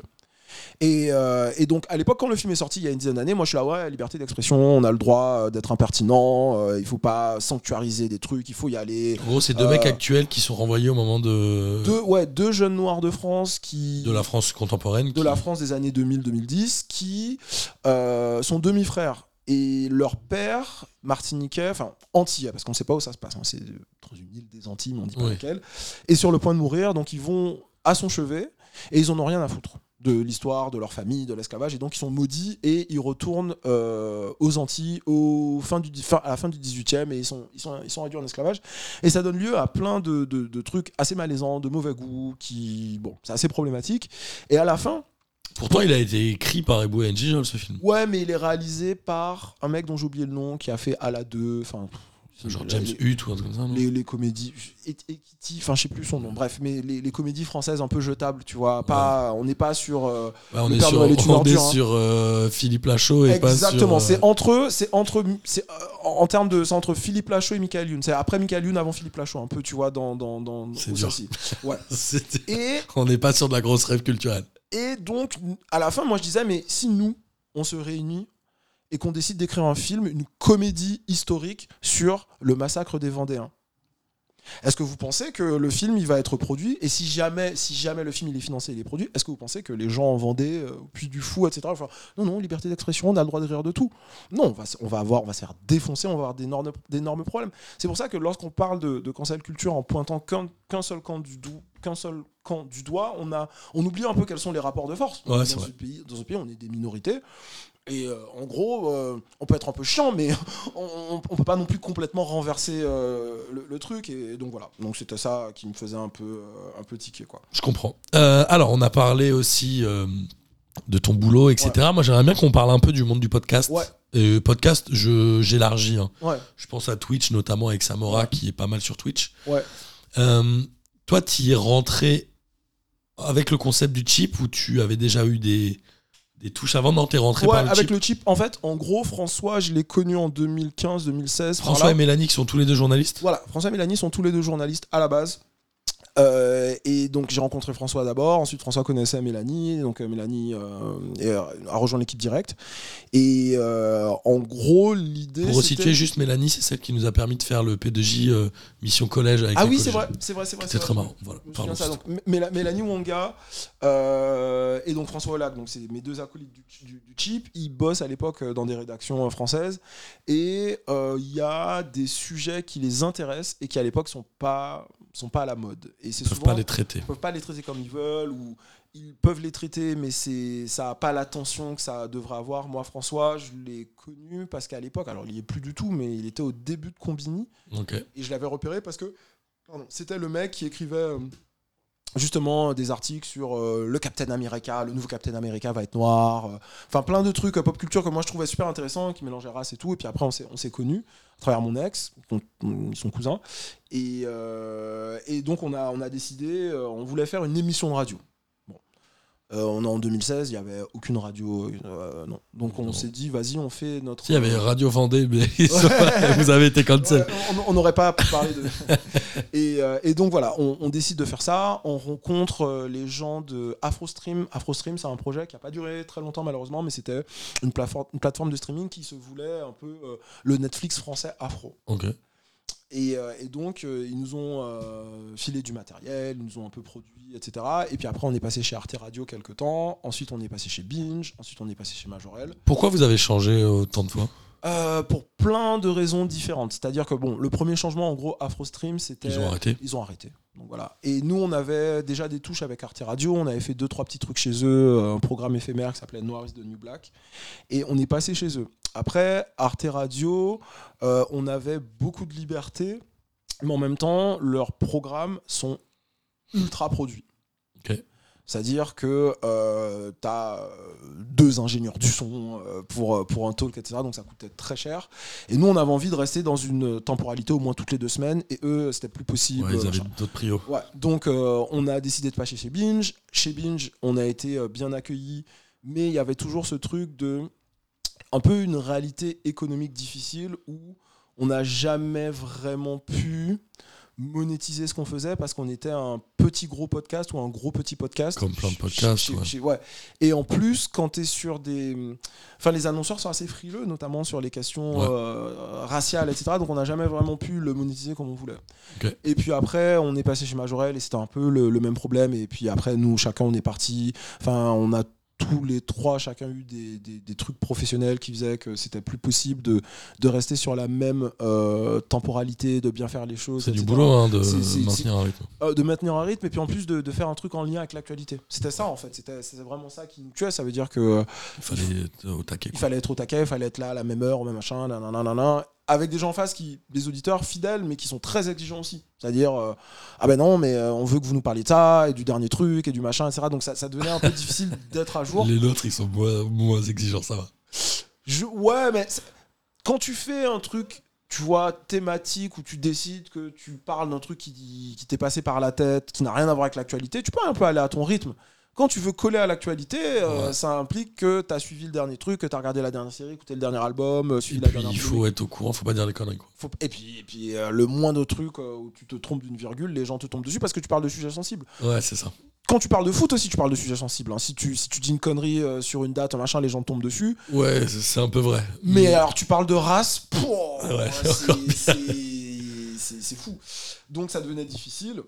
D: Et, euh, et donc, à l'époque, quand le film est sorti, il y a une dizaine d'années, moi je suis là, ouais, liberté d'expression, on a le droit euh, d'être impertinent, euh, il faut pas sanctuariser des trucs, il faut y aller.
A: En gros, c'est deux
D: Euh,
A: mecs actuels qui sont renvoyés au moment de,
D: Deux, ouais, deux jeunes noirs de France qui...
A: de la France contemporaine.
D: de
A: qui-
D: la France des années deux mille deux mille dix qui euh, sont demi-frères. Et leur père, martiniquais, enfin antillais, parce qu'on ne sait pas où ça se passe, hein, c'est dans une île des Antilles, mais on ne dit pas
A: Oui.
D: laquelle, est sur le point de mourir, donc ils vont à son chevet, et ils en ont rien à foutre de l'histoire, de leur famille, de l'esclavage, et donc ils sont maudits, et ils retournent euh, aux Antilles au fin du, fin, à la fin du dix-huitième, et ils sont, ils, sont, ils sont réduits en esclavage, et ça donne lieu à plein de, de, de trucs assez malaisants, de mauvais goût, qui, bon, c'est assez problématique, et à la fin,
A: Pourtant, il a été écrit par Eboué et Njijol, ce film.
D: ouais, mais il est réalisé par un mec dont j'ai oublié le nom, qui a fait À la deux, enfin...
A: Genre James
D: les,
A: Hutt ou un truc comme ça, non
D: les, les comédies... Equity, enfin je sais plus son nom, bref, mais les, les comédies françaises un peu jetables, tu vois, pas, on n'est pas sur... Euh,
A: Ouais, on
D: Le
A: est
D: Père
A: sur,
D: Noël est une
A: on
D: ordure,
A: est
D: hein.
A: sur euh, Philippe Lachaud et pas sur...
D: Exactement,
A: euh,
D: c'est entre eux, c'est entre... C'est, euh, en termes de... C'est entre Philippe Lachaud et Michael Youn. C'est après Michael Youn, avant Philippe Lachaud, un peu, tu vois, dans... dans, dans
A: C'est
D: au
A: dur.
D: ceci. Ouais.
A: C'était-
D: Et...
A: On n'est pas sur de la grosse rêve culturelle.
D: Et donc, à la fin, moi je disais, mais si nous, on se réunit et qu'on décide d'écrire un film, une comédie historique sur le massacre des Vendéens, est-ce que vous pensez que le film il va être produit? Et si jamais, si jamais le film il est financé, il est produit, est-ce que vous pensez que les gens en Vendée, euh, puis du fou, et cetera, enfin, non, non, liberté d'expression, on a le droit de rire de tout. Non, on va, on va, avoir, on va se faire défoncer, on va avoir d'énormes, d'énormes problèmes. C'est pour ça que lorsqu'on parle de, de cancel culture en pointant qu'un, qu'un seul camp du doigt, qu'un seul camp du doigt, on, a, on oublie un peu quels sont les rapports de force.
A: Ouais,
D: dans,
A: c'est
D: ce
A: vrai.
D: pays, dans ce pays, on est des minorités. Et euh, en gros, euh, on peut être un peu chiant, mais on, on peut pas non plus complètement renverser euh, le, le truc. Et donc voilà. Donc c'était ça qui me faisait un peu, euh, un peu tiquer, quoi.
A: Je comprends. Euh, alors, on a parlé aussi euh, de ton boulot, et cetera. Moi, j'aimerais bien qu'on parle un peu du monde du podcast.
D: Ouais.
A: Et podcast, je, j'élargis. Hein.
D: Ouais.
A: Je pense à Twitch, notamment avec Samora, qui est pas mal sur Twitch.
D: Ouais.
A: Euh, toi, tu y es rentré avec le concept du chip ou tu avais déjà eu des, des touches avant? Non, t'es rentré
D: Ouais,
A: par le
D: avec
A: chip.
D: le chip. En fait, en gros, François, je l'ai connu en deux mille quinze deux mille seize. par
A: François
D: là.
A: et Mélanie, qui sont tous les deux journalistes.
D: Voilà, François et Mélanie sont tous les deux journalistes à la base. Euh, et donc j'ai rencontré François d'abord, ensuite François connaissait Mélanie, donc euh, Mélanie euh, est- a rejoint l'équipe directe. Et euh, en gros, l'idée.
A: Pour
D: c'était-
A: resituer, juste Mélanie, c'est celle qui nous a permis de faire le P deux J euh, Mission Collège avec
D: Ah
A: les
D: oui, c'est vrai,
A: collégiens.
D: c'est vrai, c'est vrai.
A: C'était
D: c'est
A: très
D: vrai.
A: marrant. Voilà.
D: Je me souviens
A: Pardon,
D: de ça. Donc, Méla- Mélanie Wonga euh, et donc François Olac, donc c'est mes deux acolytes du, du, du chip. Ils bossent à l'époque euh, dans des rédactions euh, françaises et euh, il y a des sujets qui les intéressent et qui à l'époque sont pas sont pas à la mode. Et c'est
A: Ils peuvent
D: souvent,
A: pas les traiter.
D: ils peuvent pas les traiter comme ils veulent, ou ils peuvent les traiter, mais c'est, ça n'a pas l'attention que ça devrait avoir. Moi, François, je l'ai connu parce qu'à l'époque, alors il n'y est plus du tout, mais il était au début de Combini.
A: Okay.
D: Et je l'avais repéré parce que pardon, c'était le mec qui écrivait euh, justement des articles sur euh, le Captain America, le nouveau Captain America va être noir. Euh, enfin, plein de trucs euh, pop culture que moi je trouvais super intéressants, qui mélangeaient race et tout. Et puis après, on s'est, on s'est connus à travers mon ex, son, son cousin. Et, euh, et donc, on a, on a décidé, euh, on voulait faire une émission de radio. Euh, on est en deux mille seize, il n'y avait aucune radio. Euh, non. Donc on non. s'est dit, vas-y, on fait notre.
A: Si, il y avait Radio Vendée, mais vous avez été cancel.
D: Ouais, on n'aurait pas parlé de. et, euh, et donc voilà, on, on décide de faire ça. On rencontre les gens de AfroStream. AfroStream, c'est un projet qui n'a pas duré très longtemps, malheureusement, mais c'était une plateforme, une plateforme de streaming qui se voulait un peu euh, le Netflix français afro.
A: Ok.
D: Et, euh, et donc, euh, ils nous ont euh, filé du matériel, ils nous ont un peu produit, et cetera. Et puis après, on est passé chez Arte Radio quelques temps. Ensuite, on est passé chez Binge. Ensuite, on est passé chez Majorel.
A: Pourquoi vous avez changé autant de fois ?
D: euh, Pour plein de raisons différentes. C'est-à-dire que, bon, le premier changement, en gros, AfroStream, c'était...
A: Ils ont arrêté.
D: Ils ont arrêté. Donc voilà. Et nous, on avait déjà des touches avec Arte Radio. On avait fait deux, trois petits trucs chez eux, un programme éphémère qui s'appelait Noir is the New Black. Et on est passé chez eux. Après, Arte Radio, euh, on avait beaucoup de liberté. Mais en même temps, leurs programmes sont ultra produits.
A: Okay.
D: C'est-à-dire que euh, tu as deux ingénieurs du son euh, pour, pour un talk, et cetera. Donc ça coûtait très cher. Et nous, on avait envie de rester dans une temporalité au moins toutes les deux semaines. Et eux, c'était plus possible.
A: Ouais, ils avaient machin. D'autres prios.
D: Ouais. Donc euh, on a décidé de passer chez Binge. Chez Binge, on a été bien accueillis. Mais il y avait toujours ce truc de... un peu une réalité économique difficile où on n'a jamais vraiment pu monétiser ce qu'on faisait parce qu'on était un petit gros podcast ou un gros petit podcast.
A: Comme plein de podcasts.
D: Chez,
A: ouais.
D: Chez, ouais. Et en plus, quand tu es sur des... Enfin, les annonceurs sont assez frileux, notamment sur les questions ouais. euh, raciales, et cetera. Donc, on n'a jamais vraiment pu le monétiser comme on voulait.
A: Okay.
D: Et puis après, on est passé chez Majorel et c'était un peu le, le même problème. Et puis après, nous, chacun, on est parti. Enfin, on a tous les trois, chacun eu des, des, des trucs professionnels qui faisaient que c'était plus possible de, de rester sur la même euh, temporalité, de bien faire les choses.
A: C'est
D: et cetera.
A: Du boulot hein, de
D: c'est, c'est,
A: maintenir
D: c'est,
A: un rythme.
D: Euh, de maintenir un rythme et puis en plus de, de faire un truc en lien avec l'actualité. C'était ça en fait, c'était, c'était vraiment ça qui nous tuait. Ça veut dire que
A: il fallait être au taquet.
D: Il fallait être au taquet, il fallait être là à la même heure, au même machin, nanana. Avec des gens en face, qui, des auditeurs fidèles, mais qui sont très exigeants aussi. C'est-à-dire, euh, ah ben non, mais euh, on veut que vous nous parliez de ça, et du dernier truc, et du machin, et cetera. Donc ça, ça devenait un peu difficile d'être à jour.
A: Les nôtres, ils sont moins, moins exigeants, ça va.
D: Je, ouais, mais quand tu fais un truc, tu vois, thématique, où tu décides que tu parles d'un truc qui, qui t'est passé par la tête, qui n'a rien à voir avec l'actualité, tu peux un peu aller à ton rythme. Quand tu veux coller à l'actualité, euh, ouais. ça implique que tu as suivi le dernier truc, que tu as regardé la dernière série, écouté le dernier album, euh, suivi
A: et
D: la
A: puis,
D: dernière
A: il faut être au courant, faut pas dire des conneries. Quoi.
D: Faut... Et puis, et puis euh, le moindre truc euh, où tu te trompes d'une virgule, les gens te tombent dessus parce que tu parles de sujets sensibles.
A: Ouais, c'est ça.
D: Quand tu parles de foot aussi, tu parles de sujets sensibles. Hein. Si, tu, si tu dis une connerie euh, sur une date, machin, les gens te tombent dessus.
A: Ouais, c'est, c'est un peu vrai.
D: Mais, Mais alors, tu parles de race, pouah,
A: ouais,
D: c'est, c'est, c'est, c'est fou. Donc, ça devenait difficile.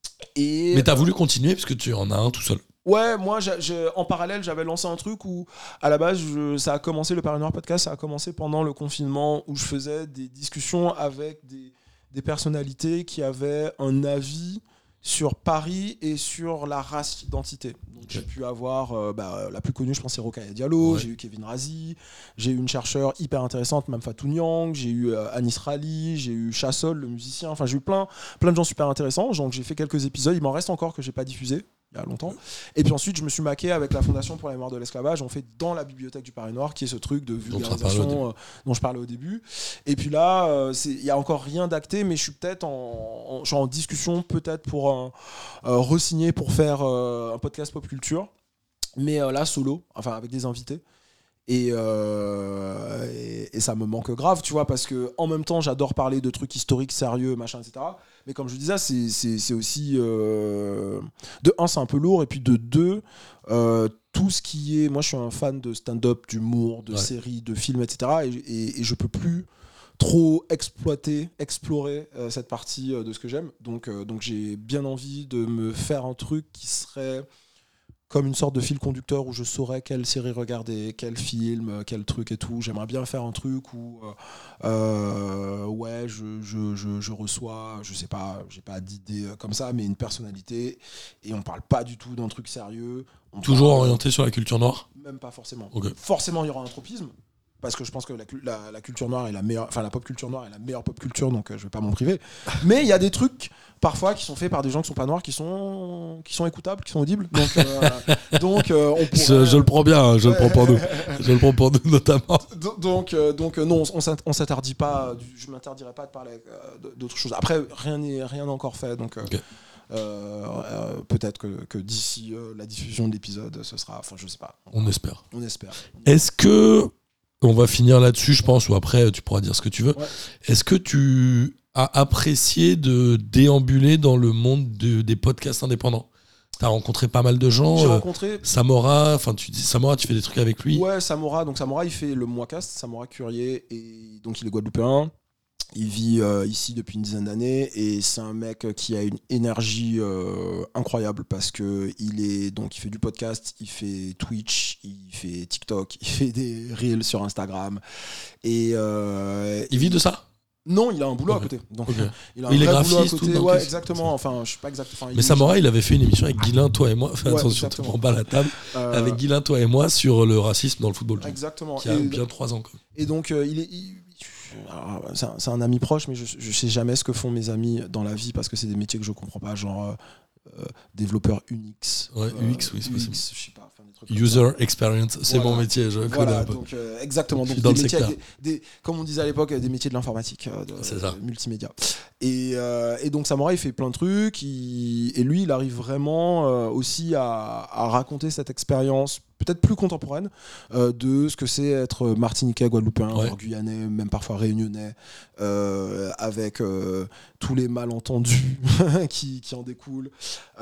D: Et...
A: Mais t'as voulu continuer parce que tu en as un tout seul.
D: Ouais, moi, j'ai, j'ai, en parallèle, j'avais lancé un truc où, à la base, je, ça a commencé, le Paris Noir Podcast, ça a commencé pendant le confinement, où je faisais des discussions avec des, des personnalités qui avaient un avis sur Paris et sur la race d'identité. Donc, okay. J'ai pu avoir, euh, bah, la plus connue, je pense, c'est Rokhaya Diallo, ouais. J'ai eu Kevin Razi, j'ai eu une chercheure hyper intéressante, Mamfatou Niang, j'ai eu euh, Anis Rali, j'ai eu Chassol, le musicien, enfin, j'ai eu plein, plein de gens super intéressants. Donc, j'ai fait quelques épisodes, il m'en reste encore que j'ai pas diffusé. Il y a longtemps. Et puis ensuite, je me suis maqué avec la Fondation pour la mémoire de l'esclavage. On fait dans la bibliothèque du Paris Noir, qui est ce truc de vulgarisation euh, dont je parlais au début. Et puis là, il n'y a encore rien d'acté, mais je suis peut-être en, en, genre en discussion, peut-être pour un, euh, re-signer pour faire euh, un podcast pop culture. Mais euh, là, solo, enfin avec des invités. Et, euh, et, et ça me manque grave, tu vois, parce que en même temps, j'adore parler de trucs historiques, sérieux, machin, et cetera. Mais comme je disais, c'est, c'est, c'est aussi... Euh, de un, c'est un peu lourd, et puis de deux, euh, tout ce qui est... Moi, je suis un fan de stand-up, d'humour, de ouais. séries, de films, et cetera. Et, et, et je peux plus trop exploiter, explorer euh, cette partie euh, de ce que j'aime. Donc, euh, donc j'ai bien envie de me faire un truc qui serait... comme une sorte de fil conducteur où je saurais quelle série regarder, quel film, quel truc et tout. J'aimerais bien faire un truc où euh, euh, ouais, je, je, je, je reçois, je sais pas, j'ai pas d'idée comme ça, mais une personnalité et on parle pas du tout d'un truc sérieux. On
A: Toujours
D: parle,
A: orienté sur la culture noire?
D: Même pas forcément.
A: Okay.
D: Forcément, il y aura un tropisme. Parce que je pense que la, la, la culture noire est la meilleure, enfin la pop culture noire est la meilleure pop culture, donc euh, je vais pas m'en priver. Mais il y a des trucs parfois qui sont faits par des gens qui sont pas noirs, qui sont qui sont écoutables, qui sont audibles. Donc euh, donc euh, on pourrait...
A: je, je le prends bien, hein, je le prends pour nous, je le prends pour nous notamment.
D: Donc euh, donc euh, non, on s'interdit pas, je m'interdirai pas de parler euh, d'autres choses. Après rien n'est rien n'est encore fait, donc. Euh, okay. Euh, euh, peut-être que, que d'ici euh, la diffusion de l'épisode, ce sera, enfin je sais pas.
A: On, on espère.
D: On espère.
A: Est-ce que on va finir là-dessus, je pense, ou après tu pourras dire ce que tu veux.
D: Ouais.
A: Est-ce que tu as apprécié de déambuler dans le monde de, des podcasts indépendants? T'as rencontré pas mal de gens.
D: J'ai
A: euh,
D: rencontré
A: Samora. Enfin, tu dis Samora, tu fais des trucs avec lui.
D: Ouais, Samora. Donc Samora, il fait le Moicast, Samora Curier, et donc il est guadeloupéen. Il vit euh, ici depuis une dizaine d'années et c'est un mec qui a une énergie euh, incroyable parce que il est donc il fait du podcast, il fait Twitch, il fait TikTok, il fait des reels sur Instagram et euh,
A: il vit de ça?
D: Non, il a un boulot
A: okay.
D: à côté. Donc
A: okay.
D: il a un
A: il est
D: vrai
A: graphiste,
D: boulot à côté.
A: tout.
D: Ouais, exactement. Enfin, je suis pas exactement.
A: Mais Samora, il avait fait une émission avec Guilain, toi et moi. Enfin,
D: ouais,
A: attention, tu prends pas la table. Euh... Avec Guilain, toi et moi, sur le racisme dans le football.
D: Exactement.
A: Qui a
D: et
A: bien trois ans. Quoi.
D: Et donc, euh, il est. Il... Alors, c'est, un, c'est un ami proche, mais je, je sais jamais ce que font mes amis dans la vie parce que c'est des métiers que je comprends pas, genre euh, développeur Unix.
A: Ouais,
D: euh,
A: U X, oui, c'est possible.
D: U X, je sais pas. Enfin, des trucs
A: User experience, c'est
D: voilà.
A: mon métier, je
D: voilà,
A: connais un peu.
D: Donc, euh, exactement. Donc,
A: dans
D: des
A: le
D: métiers
A: secteur.
D: Des, des, comme on disait à l'époque, des métiers de l'informatique, euh, de,
A: c'est ça.
D: De multimédia. Et, euh, et donc, Samora, il fait plein de trucs. Il, et lui, il arrive vraiment euh, aussi à, à raconter cette expérience peut-être plus contemporaine euh, de ce que c'est être martiniquais, guadeloupéen,
A: ouais.
D: guyanais, même parfois réunionnais, euh, avec euh, tous les malentendus qui, qui en découlent.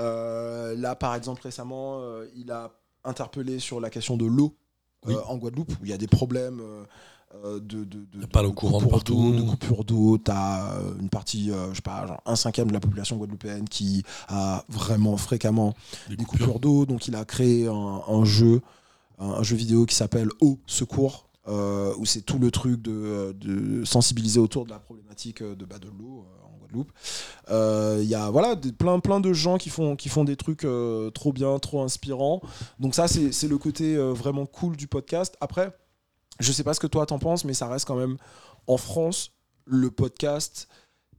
D: Euh, là, par exemple, récemment, euh, il a interpellé sur la question de l'eau oui. euh, en Guadeloupe, où il y a des problèmes euh, de, de, de,
A: pas l'eau courante partout.
D: D'eau, de coupure d'eau. Tu as une partie, euh, je sais pas, genre un cinquième de la population guadeloupéenne qui a vraiment fréquemment des, des coupures. coupures d'eau. Donc il a créé un, un jeu, un, un jeu vidéo qui s'appelle Eau Secours, euh, où c'est tout le truc de, de sensibiliser autour de la problématique de, bah, de l'eau euh, en Guadeloupe. Il euh, y a voilà, des, plein, plein de gens qui font, qui font des trucs euh, trop bien, trop inspirants. Donc ça, c'est, c'est le côté euh, vraiment cool du podcast. Après, je sais pas ce que toi t'en penses, mais ça reste quand même, en France, le podcast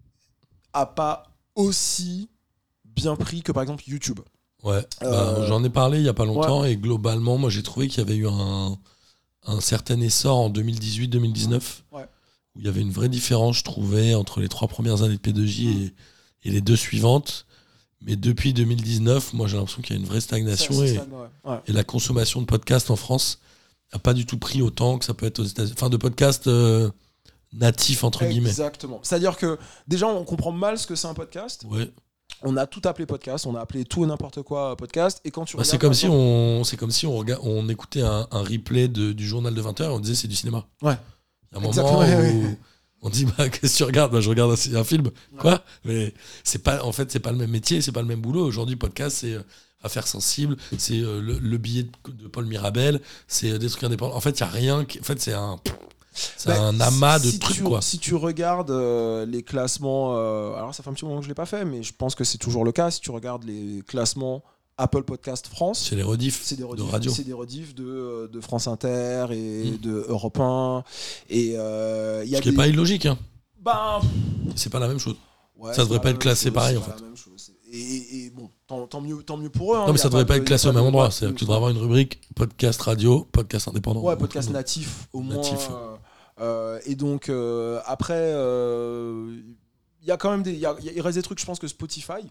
D: a pas aussi bien pris que par exemple YouTube.
A: Ouais,
D: euh...
A: bah, j'en ai parlé il y a pas longtemps ouais. Et globalement, moi j'ai trouvé qu'il y avait eu un, un certain essor en deux mille dix-huit deux mille dix-neuf
D: ouais.
A: Où il y avait une vraie différence, je trouvais, entre les trois premières années de P deux J mmh. et, et les deux suivantes. Mais depuis deux mille dix-neuf, moi j'ai l'impression qu'il y a une vraie stagnation ça, et,
D: stagne, ouais. Ouais.
A: et la consommation de podcasts en France n'a pas du tout pris autant que ça peut être aux États-Unis. Enfin, de podcasts euh, natifs, entre
D: Exactement.
A: guillemets.
D: Exactement. C'est-à-dire que déjà, on comprend mal ce que c'est un podcast.
A: Ouais.
D: On a tout appelé podcast, on a appelé tout et n'importe quoi podcast. Et quand tu
A: bah, c'est, comme si on, c'est comme si on, regard, on écoutait un, un replay de, du journal de vingt heures et on disait c'est du cinéma.
D: Ouais.
A: Il y a un moment où ouais. on dit bah, qu'est-ce que tu regardes bah, je regarde un, un film. Ouais. Quoi Mais c'est pas, en fait, c'est pas le même métier, c'est pas le même boulot. Aujourd'hui, podcast, c'est Affaires sensibles, c'est euh, le, le billet de, de Paul Mirabel, c'est euh, des trucs indépendants. En fait, il n'y a rien. Qui, en fait, c'est un. C'est bah, un amas si, de
D: si
A: trucs,
D: tu,
A: quoi.
D: Si tu regardes euh, les classements... Euh, alors, ça fait un petit moment que je ne l'ai pas fait, mais je pense que c'est toujours le cas. Si tu regardes les classements Apple Podcast France...
A: C'est les rediffs
D: c'est des rediffs,
A: de radio.
D: C'est des rediffs de, de France Inter et mmh. de Europe un. Et, euh, y a
A: Ce qui n'est
D: des...
A: pas illogique. Hein.
D: Ben...
A: C'est pas la même chose.
D: Ouais,
A: ça ne devrait pas être classé
D: chose,
A: pareil, en
D: fait.
A: fait.
D: Et, et, et bon, tant, tant, mieux, tant mieux pour eux. Hein,
A: non, mais ça ne devrait pas, pas être classé au même endroit.
D: De...
A: C'est-à-dire que tu devrais avoir une rubrique podcast radio, podcast indépendant.
D: Ouais, podcast natif, au moins.
A: Natif.
D: Euh, euh, et donc, euh, après, il euh, y a quand même des. Y a, y a, il reste des trucs, je pense que Spotify,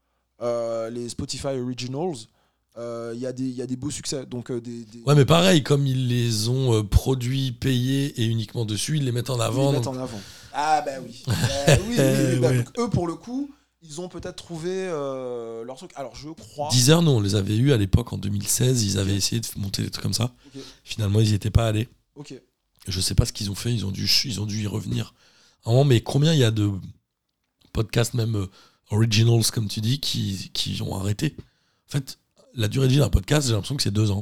D: euh, les Spotify Originals, il euh, y, y a des beaux succès. Donc, euh, des, des...
A: Ouais, mais pareil, comme ils les ont euh, produits, payés et uniquement dessus, ils les mettent en avant.
D: Ils les mettent
A: donc...
D: en avant. Ah, bah oui. bah, oui, oui, oui bah, donc, eux, pour le coup. Ils ont peut-être trouvé euh, leur truc. Alors, je crois...
A: Deezer, non, on les avait eus à l'époque en deux mille seize. Ils avaient okay. essayé de monter des trucs comme ça. Okay. Finalement, ils n'y étaient pas allés.
D: Okay.
A: Je sais pas ce qu'ils ont fait. Ils ont dû, ils ont dû y revenir. À un moment, mais combien il y a de podcasts, même euh, originals, comme tu dis, qui, qui ont arrêté ? En fait, la durée de vie d'un podcast, j'ai l'impression que c'est deux ans.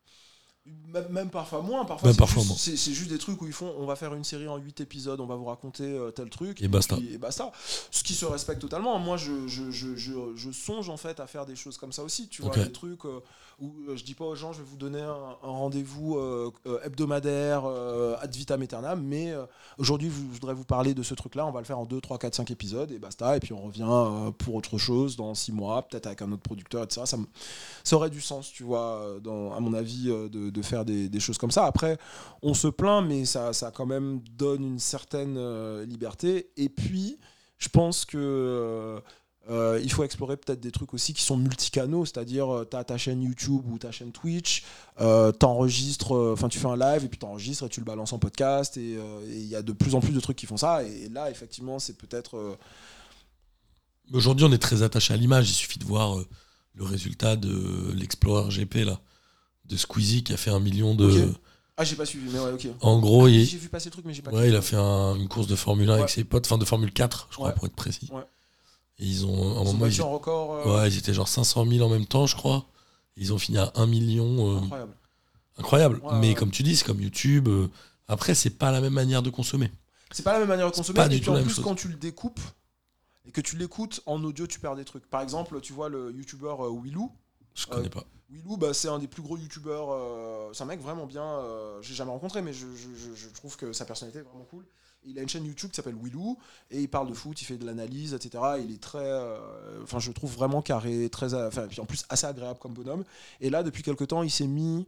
D: Même, même parfois moins, parfois,
A: même
D: c'est,
A: parfois
D: juste,
A: moins.
D: C'est, c'est juste des trucs où ils font on va faire une série en huit épisodes, on va vous raconter euh, tel truc
A: et basta.
D: Puis, et basta. Ce qui se respecte totalement. Moi je, je, je, je, je songe en fait à faire des choses comme ça aussi, tu
A: okay.
D: vois, des trucs euh, où euh, je dis pas aux gens je vais vous donner un, un rendez-vous euh, euh, hebdomadaire euh, ad vitam aeternam, mais euh, aujourd'hui je voudrais vous parler de ce truc là, on va le faire en deux, trois, quatre, cinq épisodes et basta, et puis on revient euh, pour autre chose dans six mois, peut-être avec un autre producteur, et cetera. Ça, me, ça aurait du sens, tu vois, dans, à mon avis, euh, de, de faire des, des choses comme ça. Après, on se plaint, mais ça, ça quand même donne une certaine euh, liberté. Et puis, je pense que euh, euh, il faut explorer peut-être des trucs aussi qui sont multicanaux, c'est-à-dire euh, tu as ta chaîne YouTube ou ta chaîne Twitch, euh, t'enregistres, enfin euh, tu fais un live et puis t'enregistres et tu le balances en podcast. Et il euh, y a de plus en plus de trucs qui font ça. Et, et là, effectivement, c'est peut-être... Euh...
A: Aujourd'hui, on est très attaché à l'image. Il suffit de voir euh, le résultat de l'Explorer G P, là, de Squeezie, qui a fait un million de...
D: Okay. Ah, j'ai pas suivi, mais ouais, ok.
A: En gros,
D: ah,
A: il...
D: j'ai vu passer le truc, mais j'ai pas.
A: Ouais, il a fait un, une course de Formule un ouais. avec ses potes, enfin de Formule quatre, je crois,
D: ouais.
A: pour être précis.
D: Ouais.
A: Et ils ont, à un
D: ils
A: moment,
D: ils ont record. Euh...
A: Ouais, ils étaient genre cinq cent mille en même temps, je crois. Ils ont fini à un million. Euh...
D: Incroyable.
A: Incroyable.
D: Ouais,
A: mais
D: ouais.
A: comme tu dis, c'est comme YouTube. Euh... Après, c'est pas la même manière de consommer.
D: C'est pas la même manière de consommer.
A: Pas
D: et
A: du
D: puis
A: tout
D: en
A: la même
D: plus,
A: chose.
D: quand tu le découpes et que tu l'écoutes en audio, tu perds des trucs. Par exemple, tu vois le youtubeur euh, Willou.
A: Je connais euh, pas.
D: Willou, bah, c'est un des plus gros youtubeurs. Euh, c'est un mec vraiment bien. Euh, j'ai jamais rencontré, mais je, je, je, je trouve que sa personnalité est vraiment cool. Il a une chaîne YouTube qui s'appelle Willou et il parle de foot, il fait de l'analyse, et cetera. Il est très. Enfin, euh, je le trouve vraiment carré, très. Enfin, en plus, assez agréable comme bonhomme. Et là, depuis quelques temps, il s'est mis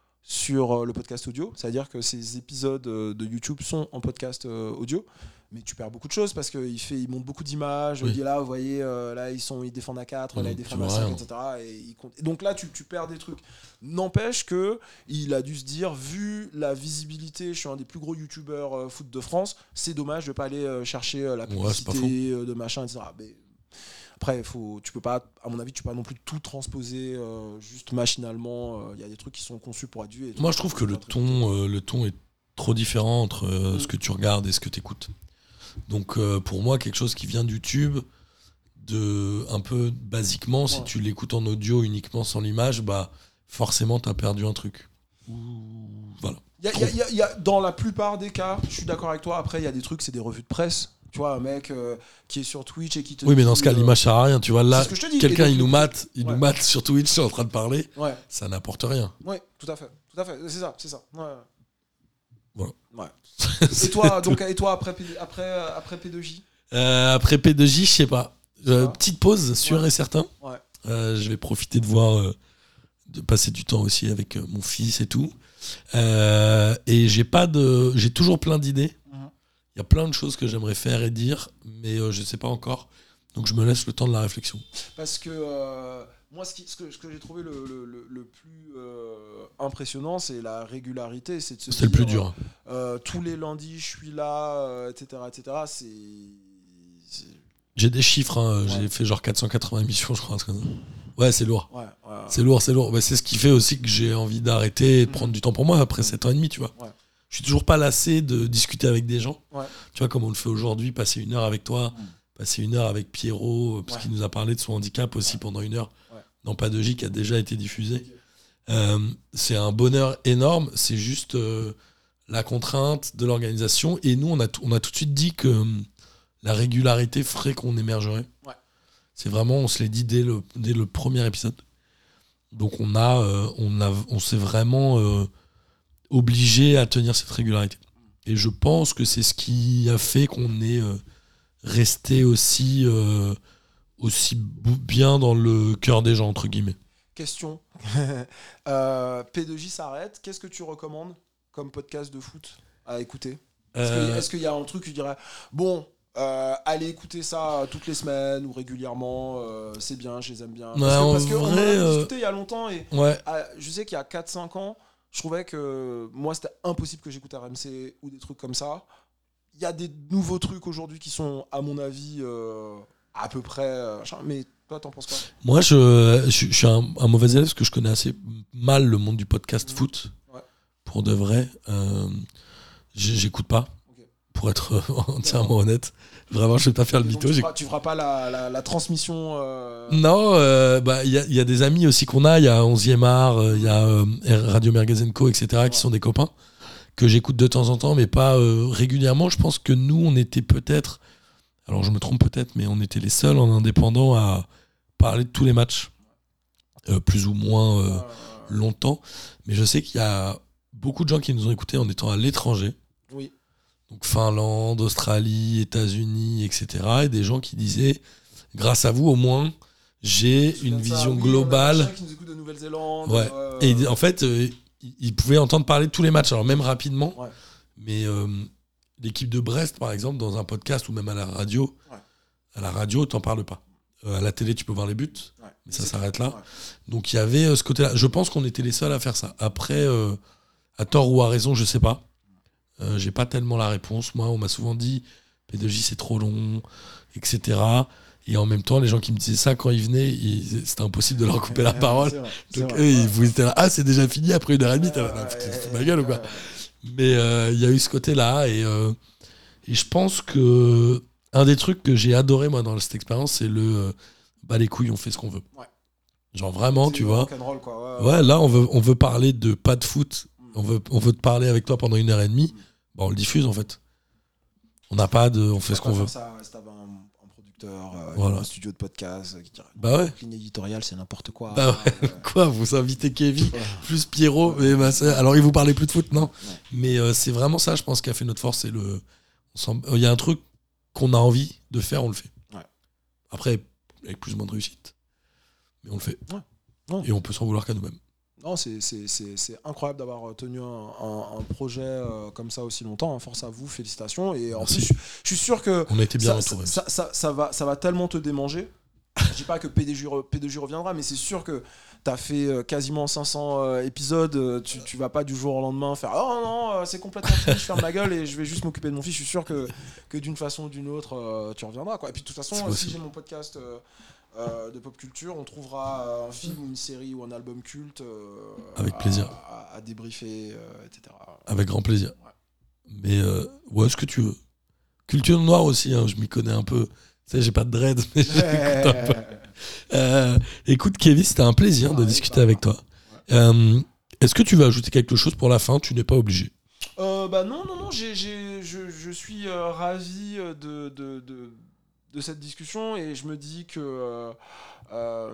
D: sur le podcast audio, c'est-à-dire que ces épisodes de YouTube sont en podcast audio. Mais tu perds beaucoup de choses parce qu'il fait, il monte beaucoup d'images. Oui. Il dit là, vous voyez, euh, là ils sont, ils défendent à quatre, mmh, là ils défendent à cinq, et cetera. Et, il compte... et donc là, tu, tu perds des trucs. N'empêche que il a dû se dire, vu la visibilité, je suis un des plus gros youtubeurs euh, foot de France, c'est dommage de pas aller euh, chercher euh, la publicité ouais, de machin, et cetera. Mais après, faut, tu peux pas, à mon avis, tu peux pas non plus tout transposer euh, juste machinalement. Il euh, y a des trucs qui sont conçus pour être vus.
A: Moi, je trouve que le ton, euh, le ton est trop différent entre euh, mmh. ce que tu regardes et ce que tu écoutes. Donc euh, pour moi, quelque chose qui vient de YouTube, de, un peu basiquement, ouais. si tu l'écoutes en audio uniquement sans l'image, bah forcément t'as perdu un truc. Voilà.
D: Y a, y a, y a, y a, dans la plupart des cas, je suis d'accord avec toi, après il y a des trucs, c'est des revues de presse. Tu vois, un mec euh, qui est sur Twitch et qui te
A: oui,
D: dit,
A: mais dans ce cas, euh, l'image sert à rien. Tu vois, là, quelqu'un
D: donc,
A: il nous mate, il
D: ouais.
A: nous mate sur Twitch en train de parler,
D: ouais.
A: ça n'apporte rien.
D: Oui, tout à fait, tout à fait, c'est ça, c'est ça. Ouais.
A: Voilà.
D: Ouais. Et toi, donc, et toi après, après, après P deux J
A: euh, Après P deux J, je sais pas. Euh, petite pause, sûr
D: ouais.
A: et certain.
D: Ouais.
A: Euh, je vais profiter de voir, euh, de passer du temps aussi avec euh, mon fils et tout. Euh, et j'ai pas de, j'ai toujours plein d'idées. Il mm-hmm. y a plein de choses que j'aimerais faire et dire, mais euh, je sais pas encore. Donc je me laisse le temps de la réflexion.
D: Parce que euh, moi, ce, qui, ce, que, ce que j'ai trouvé le, le, le, le plus euh, impressionnant, c'est la régularité. C'est, de se
A: c'est
D: dire,
A: le plus dur.
D: Euh, tous les lundis, je suis là, euh, et cetera, et cetera. C'est, c'est...
A: J'ai des chiffres. Hein.
D: Ouais.
A: J'ai fait genre quatre cent quatre-vingts émissions, je crois. Ouais, c'est lourd.
D: Ouais, ouais, ouais.
A: C'est lourd, c'est lourd. Mais c'est ce qui fait aussi que j'ai envie d'arrêter et de prendre mmh. du temps pour moi après sept ans et demi, tu vois.
D: Ouais.
A: Je suis toujours pas lassé de discuter avec des gens.
D: Ouais.
A: Tu vois, comme on le fait aujourd'hui, passer une heure avec toi, mmh. passer une heure avec Pierrot, parce ouais. qu'il nous a parlé de son handicap aussi ouais. pendant une heure ouais. dans P deux J qui a déjà été diffusé. Okay. Euh, c'est un bonheur énorme. C'est juste euh, la contrainte de l'organisation. Et nous, on a, t- on a tout de suite dit que euh, la régularité ferait qu'on émergerait.
D: Ouais.
A: C'est vraiment, on se l'est dit dès le, dès le premier épisode. Donc on a, euh, on a, on s'est vraiment euh, obligé à tenir cette régularité. Et je pense que c'est ce qui a fait qu'on est euh, resté aussi, euh, aussi bien dans le cœur des gens, entre guillemets.
D: Question. euh, P deux J s'arrête. Qu'est-ce que tu recommandes comme podcast de foot à écouter ? Est-ce, euh... que, est-ce qu'il y a un truc que tu dirais, bon, euh, allez écouter ça toutes les semaines ou régulièrement, euh, c'est bien, je les aime bien. Parce
A: ouais,
D: que, parce
A: vrai,
D: qu'on en a
A: euh...
D: discuté il y a longtemps et
A: ouais.
D: à, je sais qu'il y a quatre cinq ans, je trouvais que moi c'était impossible que j'écoute R M C ou des trucs comme ça. Il y a des nouveaux trucs aujourd'hui qui sont, à mon avis, euh, à peu près. Euh, mais toi, t'en penses quoi ?
A: Moi, je, je, je suis un, un mauvais élève parce que je connais assez mal le monde du podcast mmh. foot.
D: Ouais.
A: Pour de vrai, euh, j'écoute pas. pour être euh, entièrement honnête. Vraiment, je vais pas faire le
D: Donc,
A: mytho.
D: tu,
A: J'ai...
D: feras, tu feras pas la, la, la transmission. Euh...
A: Non, euh, bah il y a, y a des amis aussi qu'on a. Il y a onzième art, il euh, y a euh, Radio Mergazenco, et cetera, ouais. qui sont des copains que j'écoute de temps en temps, mais pas euh, régulièrement. Je pense que nous, on était peut-être, alors je me trompe peut-être, mais on était les seuls en indépendant à parler de tous les matchs, euh, plus ou moins euh, longtemps. Mais je sais qu'il y a beaucoup de gens qui nous ont écoutés en étant à l'étranger.
D: Oui.
A: Donc Finlande, Australie, États-Unis, et cetera. Et des gens qui disaient, grâce à vous au moins, j'ai une vision
D: oui,
A: globale.
D: On a des gens qui nous écoutent de Nouvelle-Zélande.
A: Ouais.
D: Euh...
A: Et en fait, euh, ils pouvaient entendre parler de tous les matchs, alors même rapidement.
D: Ouais.
A: Mais euh, l'équipe de Brest, par exemple, dans un podcast ou même à la radio,
D: ouais.
A: à la radio, t'en parles pas. Euh, à la télé, tu peux voir les buts,
D: ouais.
A: mais ça s'arrête là.
D: Ouais.
A: Donc il y avait euh, ce côté-là. Je pense qu'on était les seuls à faire ça. Après, euh, à tort ou à raison, je sais pas. Euh, j'ai pas tellement la réponse. Moi, on m'a souvent dit P deux J c'est trop long, et cetera. Et en même temps, les gens qui me disaient ça quand ils venaient, ils... c'était impossible de leur couper la parole.
D: C'est vrai,
A: c'est Donc
D: vrai,
A: eux,
D: ouais.
A: ils vous étaient là, ah c'est déjà fini après une heure et demie. T'as
D: Ouais,
A: là,
D: ouais,
A: putain,
D: ouais,
A: fous ma gueule
D: ouais,
A: ou quoi.
D: Ouais.
A: Mais il euh, y a eu ce côté-là et, euh, et je pense que un des trucs que j'ai adoré moi dans cette expérience, c'est le euh, bah les couilles, on fait ce qu'on veut.
D: Ouais.
A: Genre vraiment,
D: c'est
A: tu vois.
D: Roll, quoi.
A: Ouais, ouais, là on veut on veut parler de pas de foot. Mm. On veut on veut te parler avec toi pendant une heure et demie. Mm. Bah, on le diffuse en fait. On n'a pas de, on fait ce qu'on veut.
D: Ça, si t'avais un, un producteur, euh,
A: voilà.
D: un studio de podcast qui dirait
A: bah ouais.
D: Ligne éditoriale, c'est n'importe quoi.
A: Bah ouais. euh... Quoi, vous invitez Kevin plus Pierrot, ouais. mais bah, alors il vous parlait plus de foot, non. Ouais. Mais euh, c'est vraiment ça, je pense, qui a fait notre force. C'est le, il y a un truc qu'on a envie de faire, on le fait.
D: Ouais.
A: Après, avec plus ou moins de réussite, mais on le fait.
D: Ouais. Ouais.
A: Et on peut s'en vouloir qu'à nous-mêmes.
D: Non, c'est, c'est, c'est, c'est incroyable d'avoir tenu un, un, un projet euh, comme ça aussi longtemps. Hein. Force à vous, félicitations. Et en
A: Merci.
D: plus, je suis sûr que
A: on a été bien
D: ça,
A: entourés.
D: Ça, ça, ça, ça, va, ça va tellement te démanger. Je dis pas que P D J, P deux J reviendra, mais c'est sûr que t'as fait euh, quasiment cinq cents euh, épisodes. Euh, tu, tu vas pas du jour au lendemain faire oh non, euh, c'est complètement fini, je ferme ma gueule et je vais juste m'occuper de mon fils. Je suis sûr que, que d'une façon ou d'une autre, euh, tu reviendras. Quoi. Et puis de toute façon, euh, si j'ai mon podcast. Euh, Euh, de pop culture, on trouvera un film, une série ou un album culte euh,
A: avec plaisir
D: à, à, à débriefer, euh, et cetera.
A: Avec grand plaisir.
D: Ouais.
A: Mais euh, ouais, ce que tu veux. Culture noire aussi, hein, je m'y connais un peu. Tu sais, j'ai pas de dread, mais j'écoute un peu. Euh, écoute, Kevin, c'était un plaisir ah, de discuter bah, avec toi. Ouais. Euh, est-ce que tu veux ajouter quelque chose pour la fin ? Tu n'es pas obligé.
D: Euh, bah non, non, non. J'ai, j'ai, je, je suis euh, ravi de, de, de de cette discussion et je me dis que euh, euh,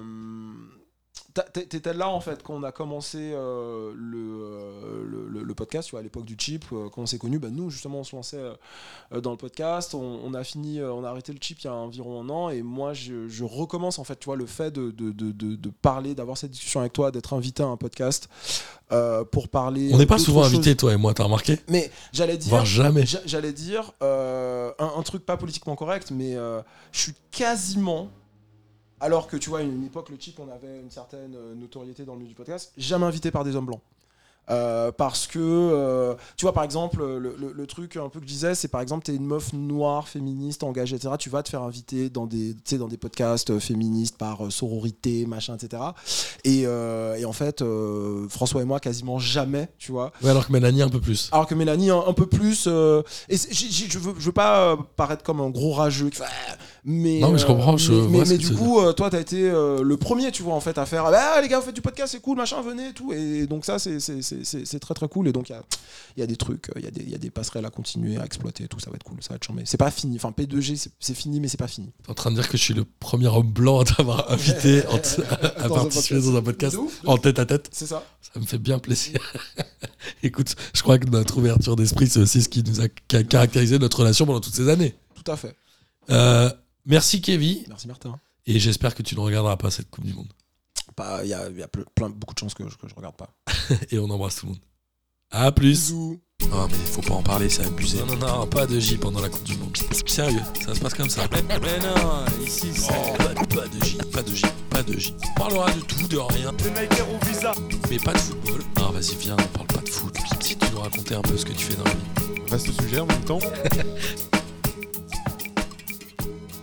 D: t'étais là en fait quand on a commencé euh, le, euh, le, le podcast, tu vois, à l'époque du chip, euh, quand on s'est connus, bah, nous justement on se lançait euh, dans le podcast, on, on a fini, euh, on a arrêté le chip il y a environ un an et moi je, je recommence en fait, tu vois, le fait de, de, de, de, de parler, d'avoir cette discussion avec toi, d'être invité à un podcast euh, pour parler.
A: On n'est pas souvent invités toi et moi, t'as remarqué ?
D: Mais j'allais dire,
A: voire jamais.
D: J'allais dire euh, un, un truc pas politiquement correct, mais euh, je suis quasiment. Alors que tu vois, à une époque, le chip, on avait une certaine notoriété dans le milieu du podcast, jamais invité par des hommes blancs. Euh, parce que, euh, tu vois, par exemple, le, le, le truc un peu que je disais, c'est par exemple, t'es une meuf noire, féministe, engagée, et cetera. Tu vas te faire inviter dans des, dans des podcasts féministes par sororité, machin, et cetera. Et, euh, et en fait, euh, François et moi, quasiment jamais, tu vois.
A: Ouais, alors que Mélanie, un peu plus.
D: Alors que Mélanie, un, un peu plus. Euh, et j', j', je, veux, je veux pas paraître comme un gros rageux. Mais,
A: non, mais je comprends. Je
D: mais, mais, mais du
A: tu
D: coup, euh, toi, t'as été euh, le premier, tu vois, en fait, à faire ah, les gars, vous faites du podcast, c'est cool, machin, venez et tout. Et donc, ça, c'est, c'est, c'est, c'est, c'est très, très cool. Et donc, il y a, y a des trucs, il y, y a des passerelles à continuer, à exploiter et tout. Ça va être cool, ça va être chambé. C'est pas fini. Enfin, P deux G, c'est, c'est fini, mais c'est pas fini.
A: T'es en train de dire que je suis le premier homme blanc à t'avoir invité en t- à
D: dans
A: participer dans un podcast
D: ouf,
A: en tête à tête.
D: C'est ça.
A: Ça me fait bien plaisir. Écoute, je crois que notre ouverture d'esprit, c'est aussi ce qui nous a caractérisé notre relation pendant toutes ces années.
D: Tout à fait.
A: Euh, merci Kevin.
D: Merci Martin.
A: Et j'espère que tu ne regarderas pas cette Coupe du Monde.
D: Il y a, y a plein, beaucoup de chances que je, que je regarde pas.
A: Et on embrasse tout le monde. À plus.
D: Bisous.
A: Non mais faut pas en parler, c'est abusé. Non, non, non, pas de J pendant la Coupe du Monde. Sérieux, ça se passe comme ça. Mais, mais non, ici, c'est... Oh, pas, pas de J, pas de J, pas de J. On parlera de tout, de rien.
B: De Nike au visa.
A: Mais pas de football. Non, vas-y, viens, on parle pas de foot. Si tu nous racontais un peu ce que tu fais dans la vie.
B: Vaste sujet en même temps.